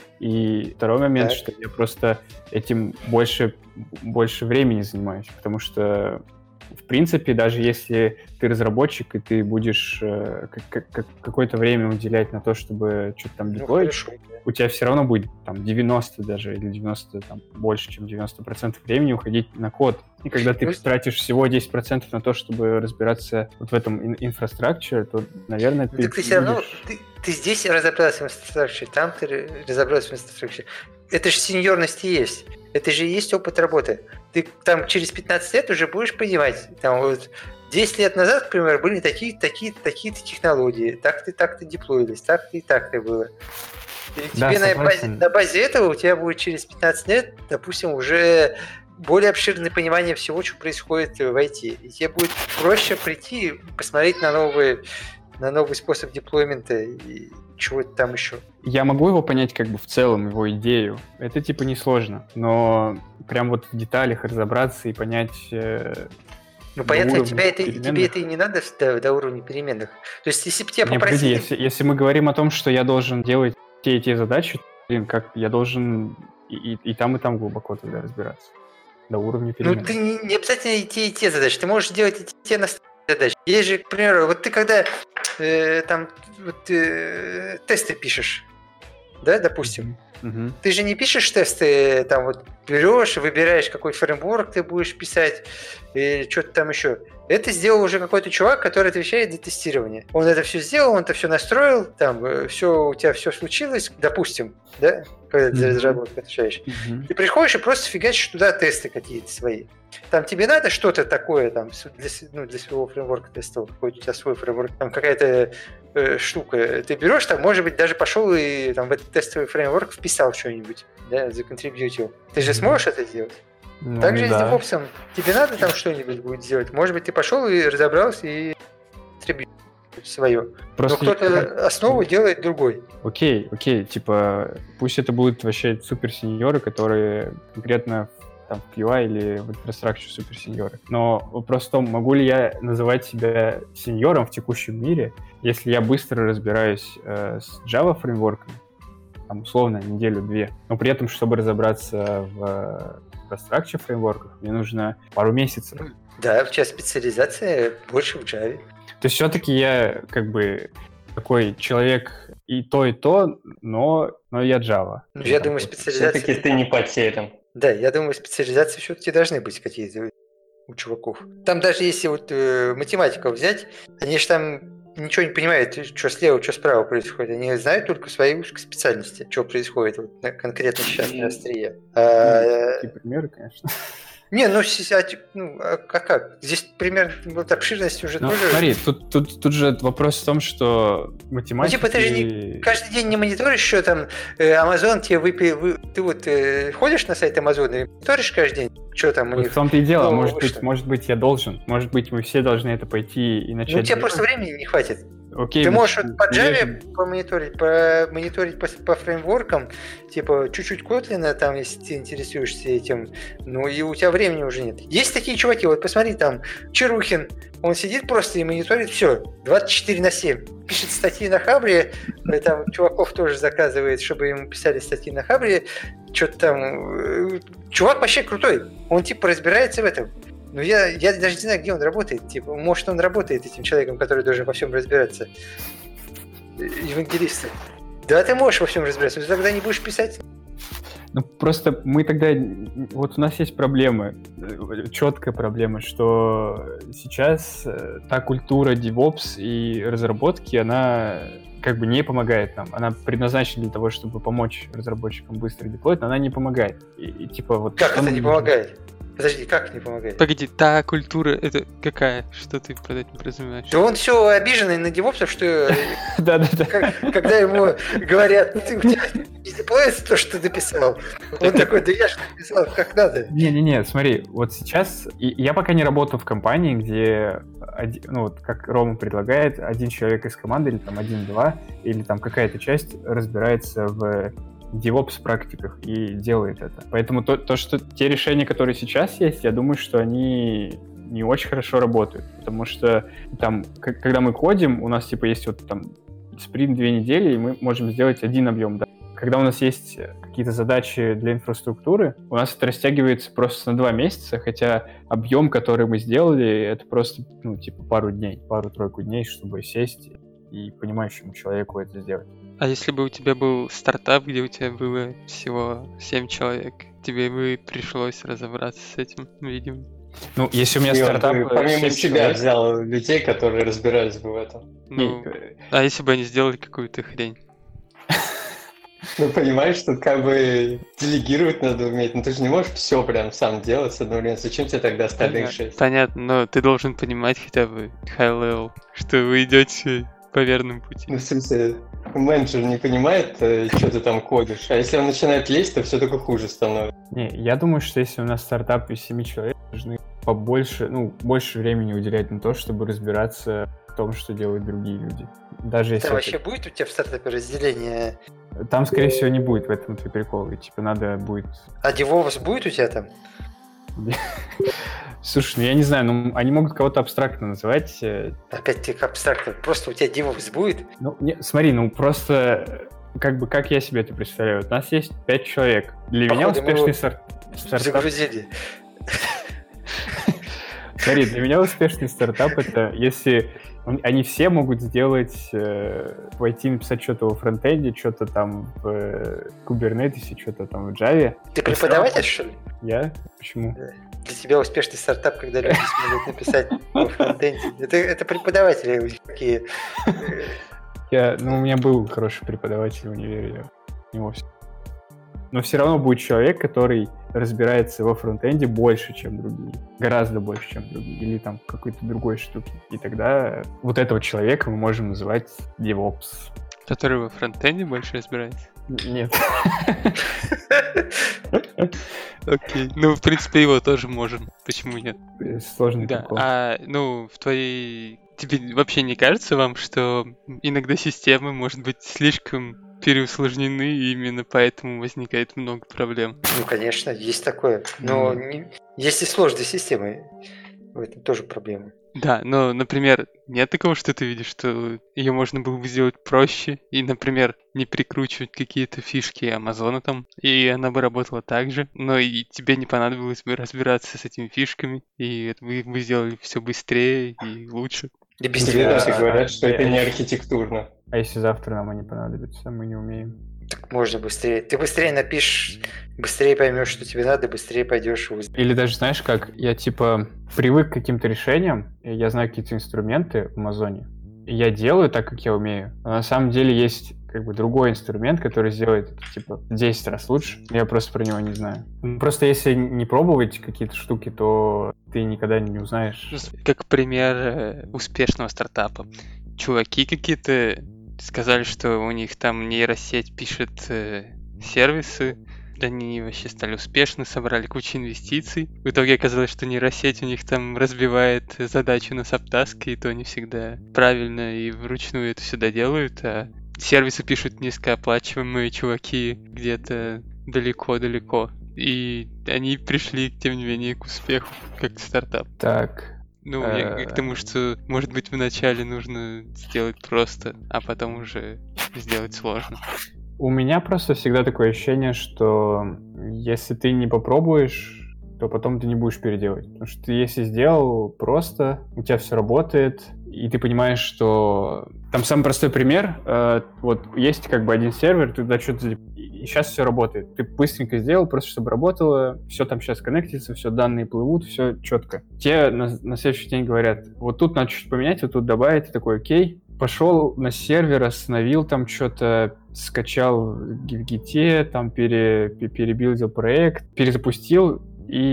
И второй момент, так. что я просто этим больше, больше времени занимаюсь, потому что, в принципе, даже если ты разработчик, и ты будешь э, как, как, какое-то время уделять на то, чтобы что-то там деплоить, ну, у тебя все равно будет там девяносто даже, или девяносто, там, больше, чем девяносто процентов времени уходить на код. И когда ты тратишь всего десять процентов на то, чтобы разбираться вот в этом инфраструктуре, то, наверное, ты... Так ты все равно... Ты, ты здесь разобрался в инфраструктуре, там ты разобрался в инфраструктуре. Это же сеньорность и есть. Это же и есть опыт работы. Ты там через пятнадцать лет уже будешь понимать. Там вот десять лет назад, к примеру, были такие, такие, такие-то технологии. Так-то, так-то деплоились, так-то и так-то было. И да, тебе на базе, на базе этого у тебя будет через пятнадцать лет, допустим, уже более обширное понимание всего, что происходит в ай ти. И тебе будет проще прийти и посмотреть на новый, на новый способ деплоймента и чего-то там еще. Я могу его понять как бы в целом, его идею. Это типа несложно. Но прям вот в деталях разобраться и понять... Э, ну, понятно, тебя это, тебе это и не надо до, до уровня переменных. То есть, если бы тебя не, попросили... Подожди, если, если мы говорим о том, что я должен делать те и те задачи, блин, как я должен и, и, и там, и там глубоко тогда разбираться. До уровня переменных. Ну, ты не, не обязательно и те, и те задачи. Ты можешь делать и те, и те задачи. Есть же, к примеру, вот ты когда э, там вот, э, тесты пишешь, да, допустим, uh-huh. ты же не пишешь тесты, там вот берешь, выбираешь, какой фреймворк ты будешь писать, или что-то там еще. Это сделал уже какой-то чувак, который отвечает за тестирование. Он это все сделал, он это все настроил, там все, у тебя все случилось, допустим, да, когда ты за разработку отвечаешь. Mm-hmm. Ты приходишь и просто фигачишь туда тесты какие-то свои. Там тебе надо что-то такое там для, ну, для своего фреймворка тестового, какой-то у тебя свой фреймворк, там какая-то э, штука. Ты берешь, там, может быть, даже пошел и там в этот тестовый фреймворк вписал что-нибудь, да, законтрибьютил. Ты же сможешь это сделать? Ну, Также да. с DevOps. Тебе надо там что-нибудь будет сделать. Может быть, ты пошел и разобрался и контрибьютил свое. Просто но кто-то я... основу делает другой. Окей, окей. Типа, пусть это будут вообще суперсеньоры, которые конкретно там в кью ай или в инфраструктуре суперсеньоры. Но вопрос в том, могу ли я называть себя сеньором в текущем мире, если я быстро разбираюсь э, с Java фреймворком, там, условно, неделю-две. Но при этом, чтобы разобраться в infrastructure фреймворках, мне нужно пару месяцев. Да, у тебя специализация больше в Java. То есть все-таки я как бы такой человек и то, и то, но, но я Java. Ну, я думаю, специализация... Все-таки ты не потерян. Да, я думаю, специализации все-таки должны быть какие-то у чуваков. Там даже если вот э, математиков взять, они же там ничего не понимают, что слева, что справа происходит. Они знают только свои узкой специальности, что происходит вот, на, конкретно сейчас на острие. А, такие примеры, конечно. Не, ну, ну а как? Здесь примерно вот обширность уже ну, тоже... Смотри, тут, тут, тут же вопрос в том, что математика... Ну, типа, ты же не, каждый день не мониторишь, что там э, Amazon тебе выпил... Вы, ты вот э, ходишь на сайт Amazon и мониторишь каждый день, что там у вот них... в том-то и дело, ну, может быть, что? может быть, я должен, может быть, мы все должны это пойти и начать... Ну, тебе просто времени не хватит. Окей, ты мы, можешь вот по Java же... помониторить, помониторить по, по фреймворкам, типа чуть-чуть Kotlin, там, если ты интересуешься этим, ну и у тебя времени уже нет. Есть такие чуваки, вот посмотри, там, Чарухин, он сидит просто и мониторит все, двадцать четыре на семь. Пишет статьи на Хабре, там чуваков тоже заказывает, чтобы ему писали статьи на Хабре, что-то там... Чувак вообще крутой, он типа разбирается в этом. Ну, я, я даже не знаю, где он работает. Типа, может, он работает этим человеком, который должен во всем разбираться. Евангелистом. Да, ты можешь во всем разбираться, но ты тогда не будешь писать. Ну, просто мы тогда... Вот у нас есть проблемы, четкая проблема, что сейчас та культура DevOps и разработки, она как бы не помогает нам. Она предназначена для того, чтобы помочь разработчикам быстро деплоить, но она не помогает. И, и, типа, вот как это не помогает? Подожди, как не помогает? Погоди, та культура, это какая? Что ты под этим подразумеваешь? Да он все обиженный на девопсов, что Да-да-да. Когда ему говорят, ты у тебя не деплоится то, что ты дописал, он такой, да я же написал как надо. Не-не-не, смотри, вот сейчас я пока не работаю в компании, где, ну вот как Рома предлагает, один человек из команды, или там один-два, или там какая-то часть разбирается в DevOps практиках и делает это. Поэтому то, то, что те решения, которые сейчас есть, я думаю, что они не очень хорошо работают. Потому что там, к- когда мы кодим, у нас типа есть вот там спринт две недели, и мы можем сделать один объем. Да? Когда у нас есть какие-то задачи для инфраструктуры, у нас это растягивается просто на два месяца, хотя объем, который мы сделали, это просто, ну, типа пару дней, пару-тройку дней, чтобы сесть и понимающему человеку это сделать. А если бы у тебя был стартап, где у тебя было всего семь человек, тебе бы пришлось разобраться с этим, видимо. Ну, если у меня И он стартап... бы помимо семь себя человек, взял людей, которые разбирались бы в этом. Ну, не, а если бы они сделали какую-то хрень? Ну, понимаешь, тут как бы делегировать надо уметь. Ну, ты же не можешь все прям сам делать с одного времени. Зачем тебе тогда остальных шесть? Понятно, но ты должен понимать хотя бы high level, что вы идете по верному пути. Ну, в смысле, менеджер не понимает, э, что ты там кодишь, а если он начинает лезть, то все только хуже становится. Не, я думаю, что если у нас стартап из семи человек, должны побольше, ну, больше времени уделять на то, чтобы разбираться в том, что делают другие люди. Даже если Там это- вообще будет у тебя в стартапе разделение? Там, скорее всего, не будет, в этом-то и прикол. И, типа, надо будет... А DevOps будет у тебя там? Слушай, ну я не знаю, ну они могут кого-то абстрактно называть. э, Опять-таки абстрактно. Просто у тебя DevOps будет? Ну, не, смотри, ну просто, э, как бы, как я себе это представляю. Вот у нас есть пять человек. Для меня Походу, мы успешный его стар- стартап... Загрузили. Смотри, для меня успешный стартап — это если он- они все могут сделать, э, войти написать что-то во фронтенде, что-то там в э, Kubernetes, что-то там в Java. Ты преподаватель, что ли? Я? Почему? Для тебя успешный стартап, когда люди смогут написать во фронтенде. Это, это преподаватели у них такие. Я, ну, у меня был хороший преподаватель в универе, я в него все. Но все равно будет человек, который разбирается во фронтенде больше, чем другие. Гораздо больше, чем другие. Или там какой-то другой штуки. И тогда вот этого человека мы можем называть DevOps. Который во фронтенде больше разбирается? Нет. Окей. Ну, в принципе, его тоже можем. Почему нет? Сложный Да. прикол. А, ну, в твоей... Тебе вообще не кажется вам, что иногда системы, может быть, слишком переусложнены, и именно поэтому возникает много проблем? Ну, конечно, есть такое. Но Mm. не- есть и сложные системы. В этом тоже проблема. Да, но, например, нет такого, что ты видишь, что ее можно было бы сделать проще и, например, не прикручивать какие-то фишки Амазона там, и она бы работала так же, но и тебе не понадобилось бы разбираться с этими фишками, и это вы бы сделали все быстрее и лучше. И без Тебе тебя. даже говорят, что а, это а, не а, архитектурно. А если завтра нам они понадобятся, мы не умеем? Так можно быстрее. Ты быстрее напишешь, быстрее поймешь, что тебе надо, быстрее пойдешь в УЗ. Или даже, знаешь, как я типа привык к каким-то решениям, и я знаю какие-то инструменты в Амазоне, и я делаю так, как я умею. Но на самом деле есть как бы другой инструмент, который сделает это типа в десять раз лучше. Я просто про него не знаю. Просто если не пробовать какие-то штуки, то ты никогда не узнаешь. Как пример э, успешного стартапа. Чуваки какие-то сказали, что у них там нейросеть пишет э, сервисы, они вообще стали успешны, собрали кучу инвестиций. В итоге оказалось, что нейросеть у них там разбивает задачу на сабтаски, и то не всегда правильно и вручную это все доделают, а сервисы пишут низкооплачиваемые чуваки где-то далеко-далеко. И они пришли, тем не менее, к успеху, как стартап. Так. Ну, я к тому, что, может быть, вначале нужно сделать просто, а потом уже сделать сложно. У меня просто всегда такое ощущение, что если ты не попробуешь, то потом ты не будешь переделывать. Потому что ты если сделал просто, у тебя все работает, и ты понимаешь, что... Там самый простой пример. Э, вот есть как бы один сервер, ты туда что-то... И сейчас все работает. Ты быстренько сделал, просто чтобы работало, все там сейчас коннектится, все данные плывут, все четко. Те на, на следующий день говорят, вот тут надо чуть поменять, вот тут добавить, ты такой, окей. Пошел на сервер, остановил там что-то, скачал в Git, там пере, перебилдил проект, перезапустил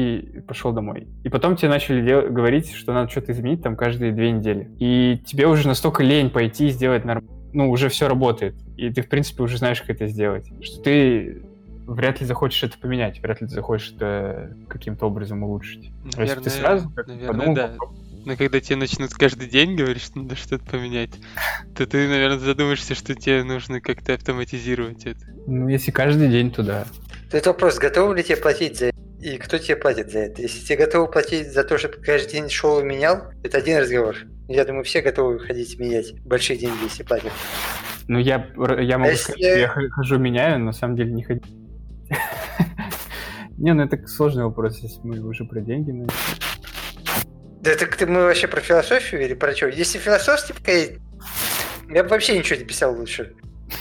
и пошел домой. И потом тебе начали дел- говорить, что надо что-то изменить там каждые две недели. И тебе уже настолько лень пойти и сделать нормально. Ну, уже все работает. И ты, в принципе, уже знаешь, как это сделать. Что ты вряд ли захочешь это поменять, вряд ли ты захочешь это каким-то образом улучшить. Наверное, если ты сразу как наверное, подумал, да. Но когда тебе начнут каждый день говорить, что надо что-то поменять, то ты, наверное, задумаешься, что тебе нужно как-то автоматизировать это. Ну, если каждый день, то да. Это вопрос, готовы ли тебе платить за это? И кто тебе платит за это? Если тебе готовы платить за то, чтобы каждый день шел и менял, это один разговор. Я думаю, все готовы ходить менять большие деньги, если платят. Ну, я, я могу А сказать, если- что я хожу, меняю, но на самом деле не хожу. Не, ну это сложный вопрос, если мы уже про деньги. ну. Да так ты мы вообще про философию или про что? Если философская, я бы вообще ничего не писал лучше.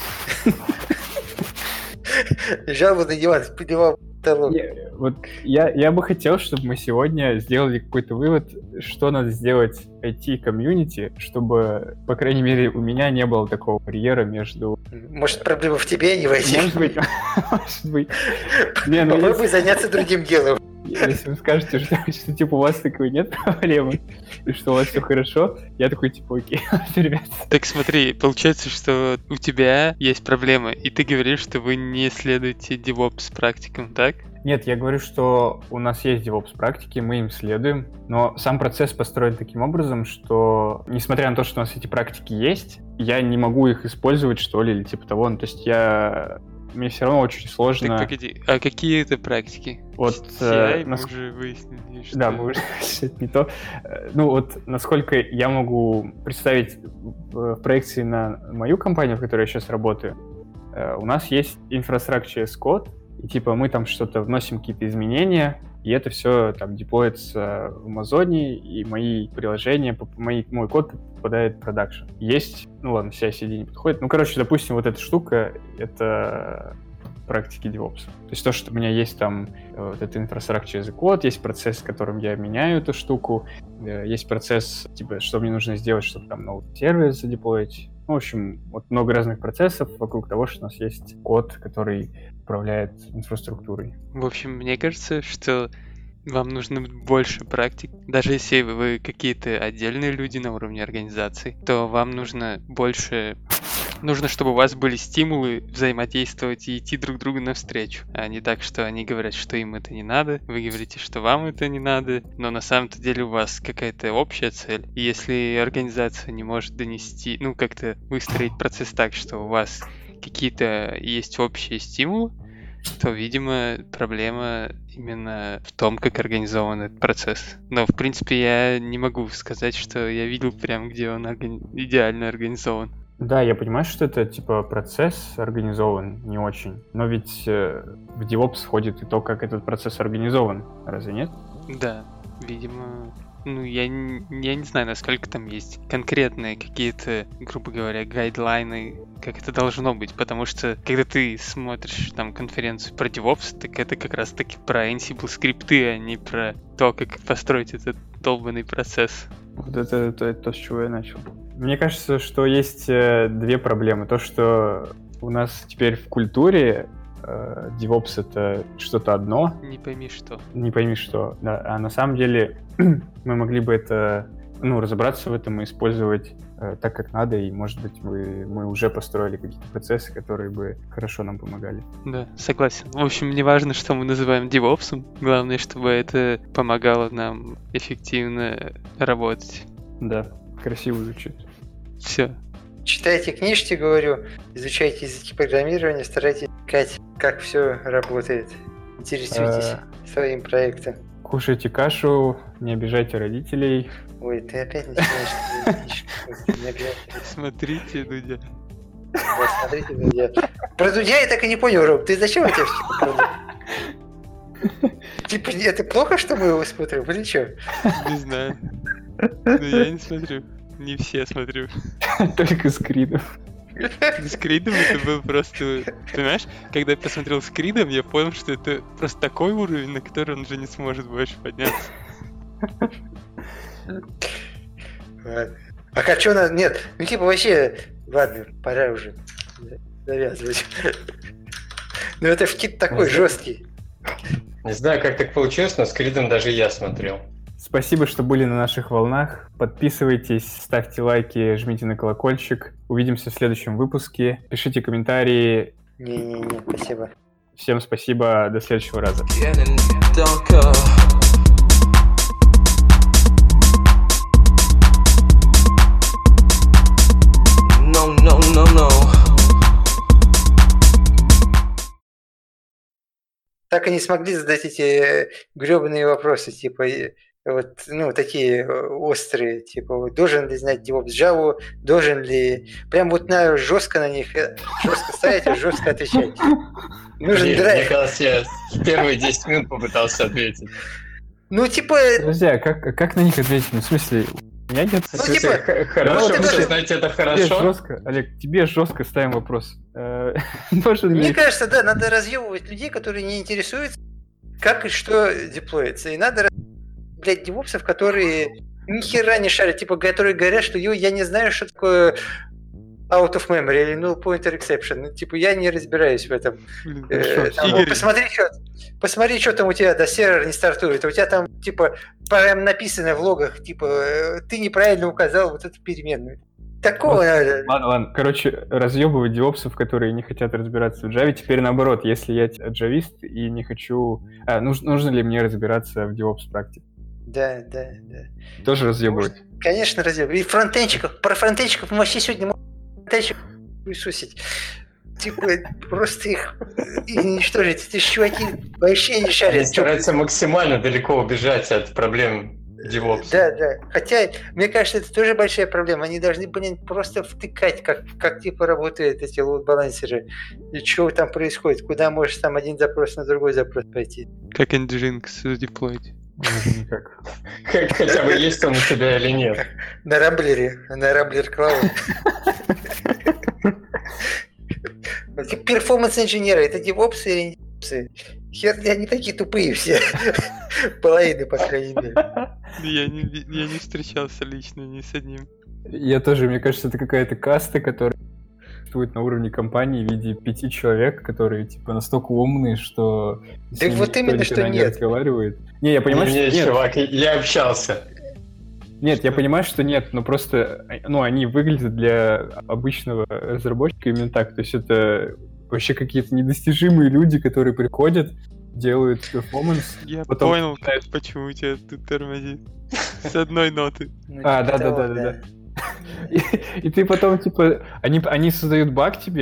Лежал бы на диван, подевал потолок. Не, Вот я, я бы хотел, чтобы мы сегодня сделали какой-то вывод, что надо сделать ай ти-комьюнити, чтобы, по крайней мере, у меня не было такого барьера между... Может, проблема в тебе, а не в ай ти? Может быть, может быть. Не, ну, Попробуй если, заняться другим делом. если вы скажете, что, что, типа, у вас такой нет проблемы, и что у вас все хорошо, я такой, типа, окей, ребят. Так смотри, получается, что у тебя есть проблемы, и ты говоришь, что вы не следуете DevOps практикам, так? Нет, я говорю, что у нас есть DevOps практики, мы им следуем, но сам процесс построен таким образом, что, несмотря на то, что у нас эти практики есть, я не могу их использовать, что ли, или типа того. Ну, то есть я... Мне все равно очень сложно... Так погоди, а какие это практики? Вот, си ай э, мы нас- уже выяснили, что... Да, мы уже это не то. Э, Ну вот, насколько я могу представить в в проекции на мою компанию, в которой я сейчас работаю, э, у нас есть Infrastructure as Code, и типа мы там что-то вносим, какие-то изменения, и это все там деплоится в Амазоне, и мои приложения, поп- мои, мой код попадает в продакшн. Есть, ну ладно, си ай си ди не подходит. Ну, короче, допустим, вот эта штука, это практики DevOps. То есть то, что у меня есть там э, вот это Infrastructure as Code, есть процесс, которым я меняю эту штуку, э, есть процесс, типа, что мне нужно сделать, чтобы там новый сервис задеплоить. Ну, в общем, вот много разных процессов вокруг того, что у нас есть код, который управляет инфраструктурой. В общем, мне кажется, что вам нужно больше практик. Даже если вы какие-то отдельные люди на уровне организации, то вам нужно больше... Нужно, чтобы у вас были стимулы взаимодействовать и идти друг другу навстречу, а не так, что они говорят, что им это не надо, вы говорите, что вам это не надо, но на самом-то деле у вас какая-то общая цель. И если организация не может донести, ну, как-то выстроить процесс так, что у вас какие-то есть общие стимулы, то, видимо, проблема именно в том, как организован этот процесс. Но, в принципе, я не могу сказать, что я видел прям, где он органи- идеально организован. Да, я понимаю, что это типа процесс организован не очень, но ведь э, в DevOps входит и то, как этот процесс организован, разве нет? Да, видимо... Ну, я, не- я не знаю, насколько там есть конкретные какие-то, грубо говоря, гайдлайны, как это должно быть, потому что, когда ты смотришь там конференцию про DevOps, так это как раз-таки про Ansible скрипты, а не про то, как построить этот долбанный процесс. Вот это, это, это то, с чего я начал. Мне кажется, что есть э, две проблемы. То, что у нас теперь в культуре э, DevOps — это что-то одно, Не пойми что. не пойми что, да. А на самом деле мы могли бы это, ну, разобраться в этом и использовать э, так, как надо, и, может быть, мы, мы уже построили какие-то процессы, которые бы хорошо нам помогали. Да, согласен. В общем, не важно, что мы называем DevOps, главное, чтобы это помогало нам эффективно работать. Да, красиво звучит. Все. Читайте книжки, говорю, изучайте языки программирования, старайтесь искать, как все работает. Интересуйтесь А. своим проектом. Кушайте кашу, не обижайте родителей. Ой, ты опять начинаешь. Не обязательно. Смотрите, Дудя. Вот, смотрите, Дудя. Про Дудя я так и не понял, Роб, ты зачем это все? Типа, это плохо, что мы его смотрим, или что? Не знаю. Но я не смотрю. Не все смотрю. Только скринов. С Кридом это был просто... Понимаешь, когда я посмотрел с Кридом, я понял, что это просто такой уровень, на который он уже не сможет больше подняться. Ладно. А как что надо? Нет, ну типа вообще... Ладно, пора уже завязывать. Ну это вкид такой жесткий. Не знаю, как так получилось, но с Кридом даже я смотрел. Спасибо, что были на наших волнах. Подписывайтесь, ставьте лайки, жмите на колокольчик. Увидимся в следующем выпуске. Пишите комментарии. Не-не-не, спасибо. Всем спасибо, до следующего раза. No, no, no, no. Так и не смогли задать эти гребаные вопросы, типа, вот, ну, такие острые, типа, вот, должен ли знать DevOps Java, должен ли... Прям вот на жестко на них, жестко ставить и жестко отвечать. Нужен Блин, драйв. мне кажется, я в первые десять минут попытался ответить. Ну, типа... Друзья, как, как на них ответить? Ну, в смысле, у меня нет... В смысле, типа, х- хорошо, ну, ты вы даже- знаете, это Тебе хорошо. жестко, Олег, тебе жестко ставим вопрос. Э, Должен Мне ли... кажется, да, надо разъебывать людей, которые не интересуются, как и что деплоится. И надо, раз- блядь, девопсов, которые ни хера не шарят, типа, которые говорят, что «Ё, я не знаю, что такое out of memory или null pointer exception». Ну, типа, я не разбираюсь в этом. Блин, Э, хорошо. там, Игорь, посмотри, что, посмотри, что там у тебя, да, сервер не стартует. У тебя там, типа, прям написано в логах, типа, э, ты неправильно указал вот эту переменную. Такого Вот. надо. Ладно, ладно. Короче, разъебывать девопсов, которые не хотят разбираться в Java. Теперь наоборот, если я джавист и не хочу... А, нуж- нужно ли мне разбираться в DevOps практике? Да, да, да. Тоже разъебывать. Конечно, разъебывать. И фронтенчиков. Про фронтенчиков мы вообще сегодня можем фронтенчиков хуесосить. Типа, просто их уничтожить. Эти чуваки вообще не Они шарят. стараются максимально далеко убежать от проблем DevOps. Да, да. Хотя, мне кажется, это тоже большая проблема. Они должны, блин, просто втыкать, как, как типа работают эти лоуд-балансеры. И что там происходит. Куда можешь там один запрос на другой запрос пойти. как Nginx задеплоить? Уже никак. Как- Хотя бы есть он у тебя или нет. На Рамблере. На Рамблер Cloud. Эти перформанс-инженеры, это девопсы или не девопсы? Хер, они такие тупые все. Половины, по крайней мере. Я не, ви- я не встречался лично ни с одним. Я тоже, мне кажется, это какая-то каста, которая существует на уровне компании в виде пяти человек, которые типа настолько умные, что с Да ними вот никто именно, никогда что не нет. разговаривает. Не, я понимаю, Не, что нет. чувак, я общался. Нет, я понимаю, что нет, но просто, ну, они выглядят для обычного разработчика именно так. То есть это вообще какие-то недостижимые люди, которые приходят, делают перформанс. Я Потом понял, начинают- как- почему тебя тут тормозит. С одной ноты. Ну, А, типа да, да, того, да, да, да. И, и ты потом, типа, они, они создают баг тебе,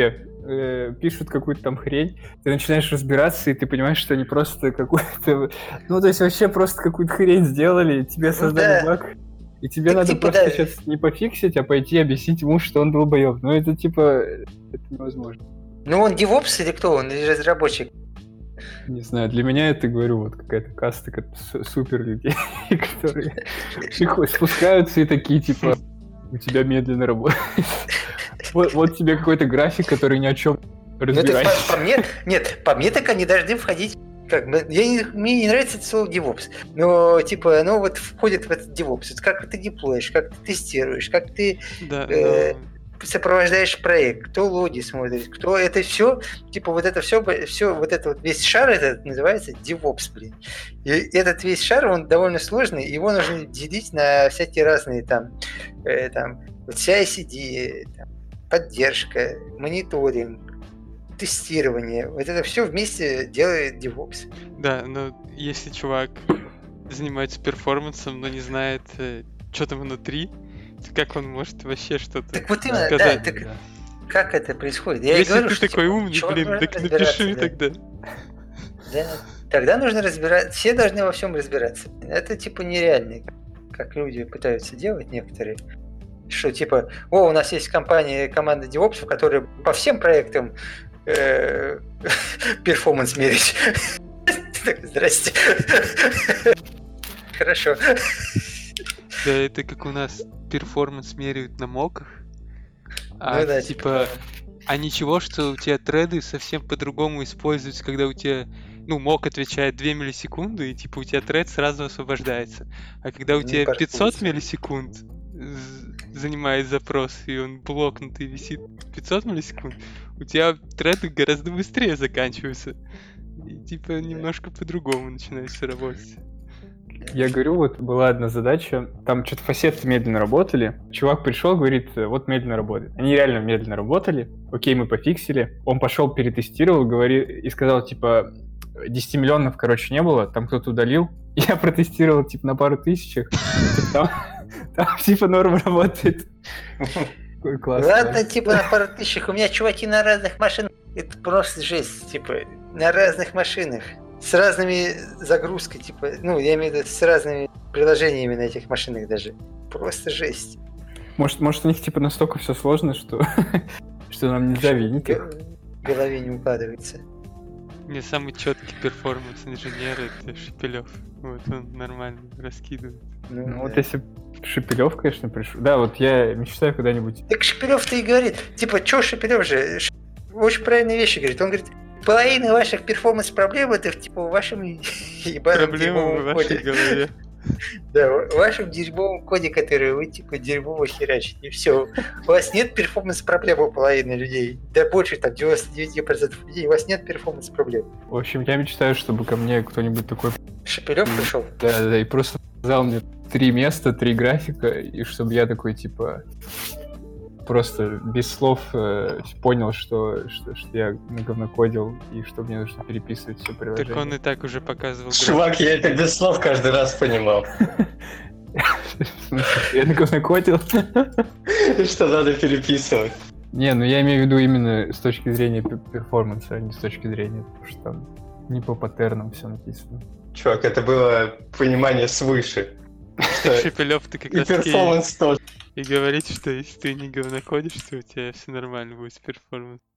э, пишут какую-то там хрень, ты начинаешь разбираться, и ты понимаешь, что они просто какую-то... Ну, то есть вообще просто какую-то хрень сделали, тебе создали да. баг, и тебе Так, надо типа, просто да. сейчас не пофиксить, а пойти объяснить ему, что он долбоёб. Ну, это типа... Это невозможно. Ну он девопс или кто? Он или разработчик? Не знаю, для меня это, говорю, вот какая-то каста как су- супер людей, которые приходят, спускаются и такие, типа, у тебя медленно работает. Вот, вот тебе какой-то график, который ни о чем Ну это разбирается. по, по мне, нет, по мне так они должны входить. Как бы, я не, мне не нравится это слово DevOps, но типа оно вот входит в этот DevOps. Вот как ты деплоишь, как ты тестируешь, как ты Да, э, но сопровождаешь проект, кто логи смотрит, кто это все, типа вот это все, все вот это вот весь шар этот называется DevOps, блин. И этот весь шар, он довольно сложный, его нужно делить на всякие разные там, э, там вот си ай си ди, там, поддержка, мониторинг, тестирование. Вот это все вместе делает DevOps. да, но если чувак занимается перформансом, но не знает, что там внутри, то как он может вообще что-то Так вот именно, сказать? да, так как это происходит? Я и Если говорю, ты что, такой типа, умный, чувак блин, должен так разбираться, напиши да. тогда. Да. Тогда нужно разбираться, все должны во всем разбираться. Это типа нереально, как люди пытаются делать некоторые. Что типа, о, у нас есть компания, команда DevOps, которая по всем проектам э, перформанс мерить. Так, здрасте. Хорошо. Да, это как у нас перформанс меряют на моках. А Ну да, типа, а ничего, что у тебя треды совсем по-другому используются, когда у тебя, ну, мок отвечает две миллисекунды, и типа у тебя тред сразу освобождается. А когда у Не тебя пятьсот паркуется. миллисекунд з- занимает запрос, и он блокнут и висит пятьсот миллисекунд, у тебя треды гораздо быстрее заканчиваются. И типа немножко по-другому начинает все работать. Я говорю, вот была одна задача, там что-то фасеты медленно работали, чувак пришел, говорит, вот медленно работает. Они реально медленно работали, окей, мы пофиксили. Он пошел, перетестировал, говорит, и сказал, типа, десять миллионов, короче, не было, там кто-то удалил. Я протестировал, типа, на пару тысячах. Там, там типа, норм работает. Какой классный. Ладно, типа на пару тысяч. У меня чуваки на разных машинах. Это просто жесть, типа, на разных машинах. С разными загрузкой, типа, ну, я имею в виду, с разными приложениями на этих машинах даже. Просто жесть. Может, может у них, типа, настолько все сложно, что, что нам нельзя винить их. В голове не укладывается. Мне самый четкий перформанс инженера это Шепелев. Вот он нормально раскидывает. Ну, Ну, да. вот если Шепелев, конечно, пришел. Да, вот я мечтаю когда-нибудь. Так Шепелев-то и говорит, типа, чё Шепелев же? Ш- Очень правильные вещи говорит. Он говорит, половина ваших перформанс-проблем это типа в вашем ебаном Проблемы в дерьмовом вашей коде. голове. Да, в вашем дерьмовом коде, который вы типа дерьмово херачите. И все. У вас нет перформанс-проблем у половины людей. Да больше, там, девяносто девять процентов людей, у вас нет перформанс-проблем. В общем, я мечтаю, чтобы ко мне кто-нибудь такой, Шепелев пришел. да, да, и просто сказал мне три места, три графика, и чтобы я такой, типа, просто без слов э, понял, что, что, что я говнокодил, и что мне нужно переписывать все приложение. Так он и так уже показывал. Чувак, я это без слов каждый раз понимал. В смысле, я говнокодил? Что надо переписывать. Не, ну я имею в виду именно с точки зрения пер- перформанса, а не с точки зрения, потому что там не по паттернам все написано. Чувак, это было понимание свыше. Что Шепелев, ты как И раз таки перформанс тоже. и говорит, что если ты не говнокодишь, то у тебя все нормально будет с перформансом.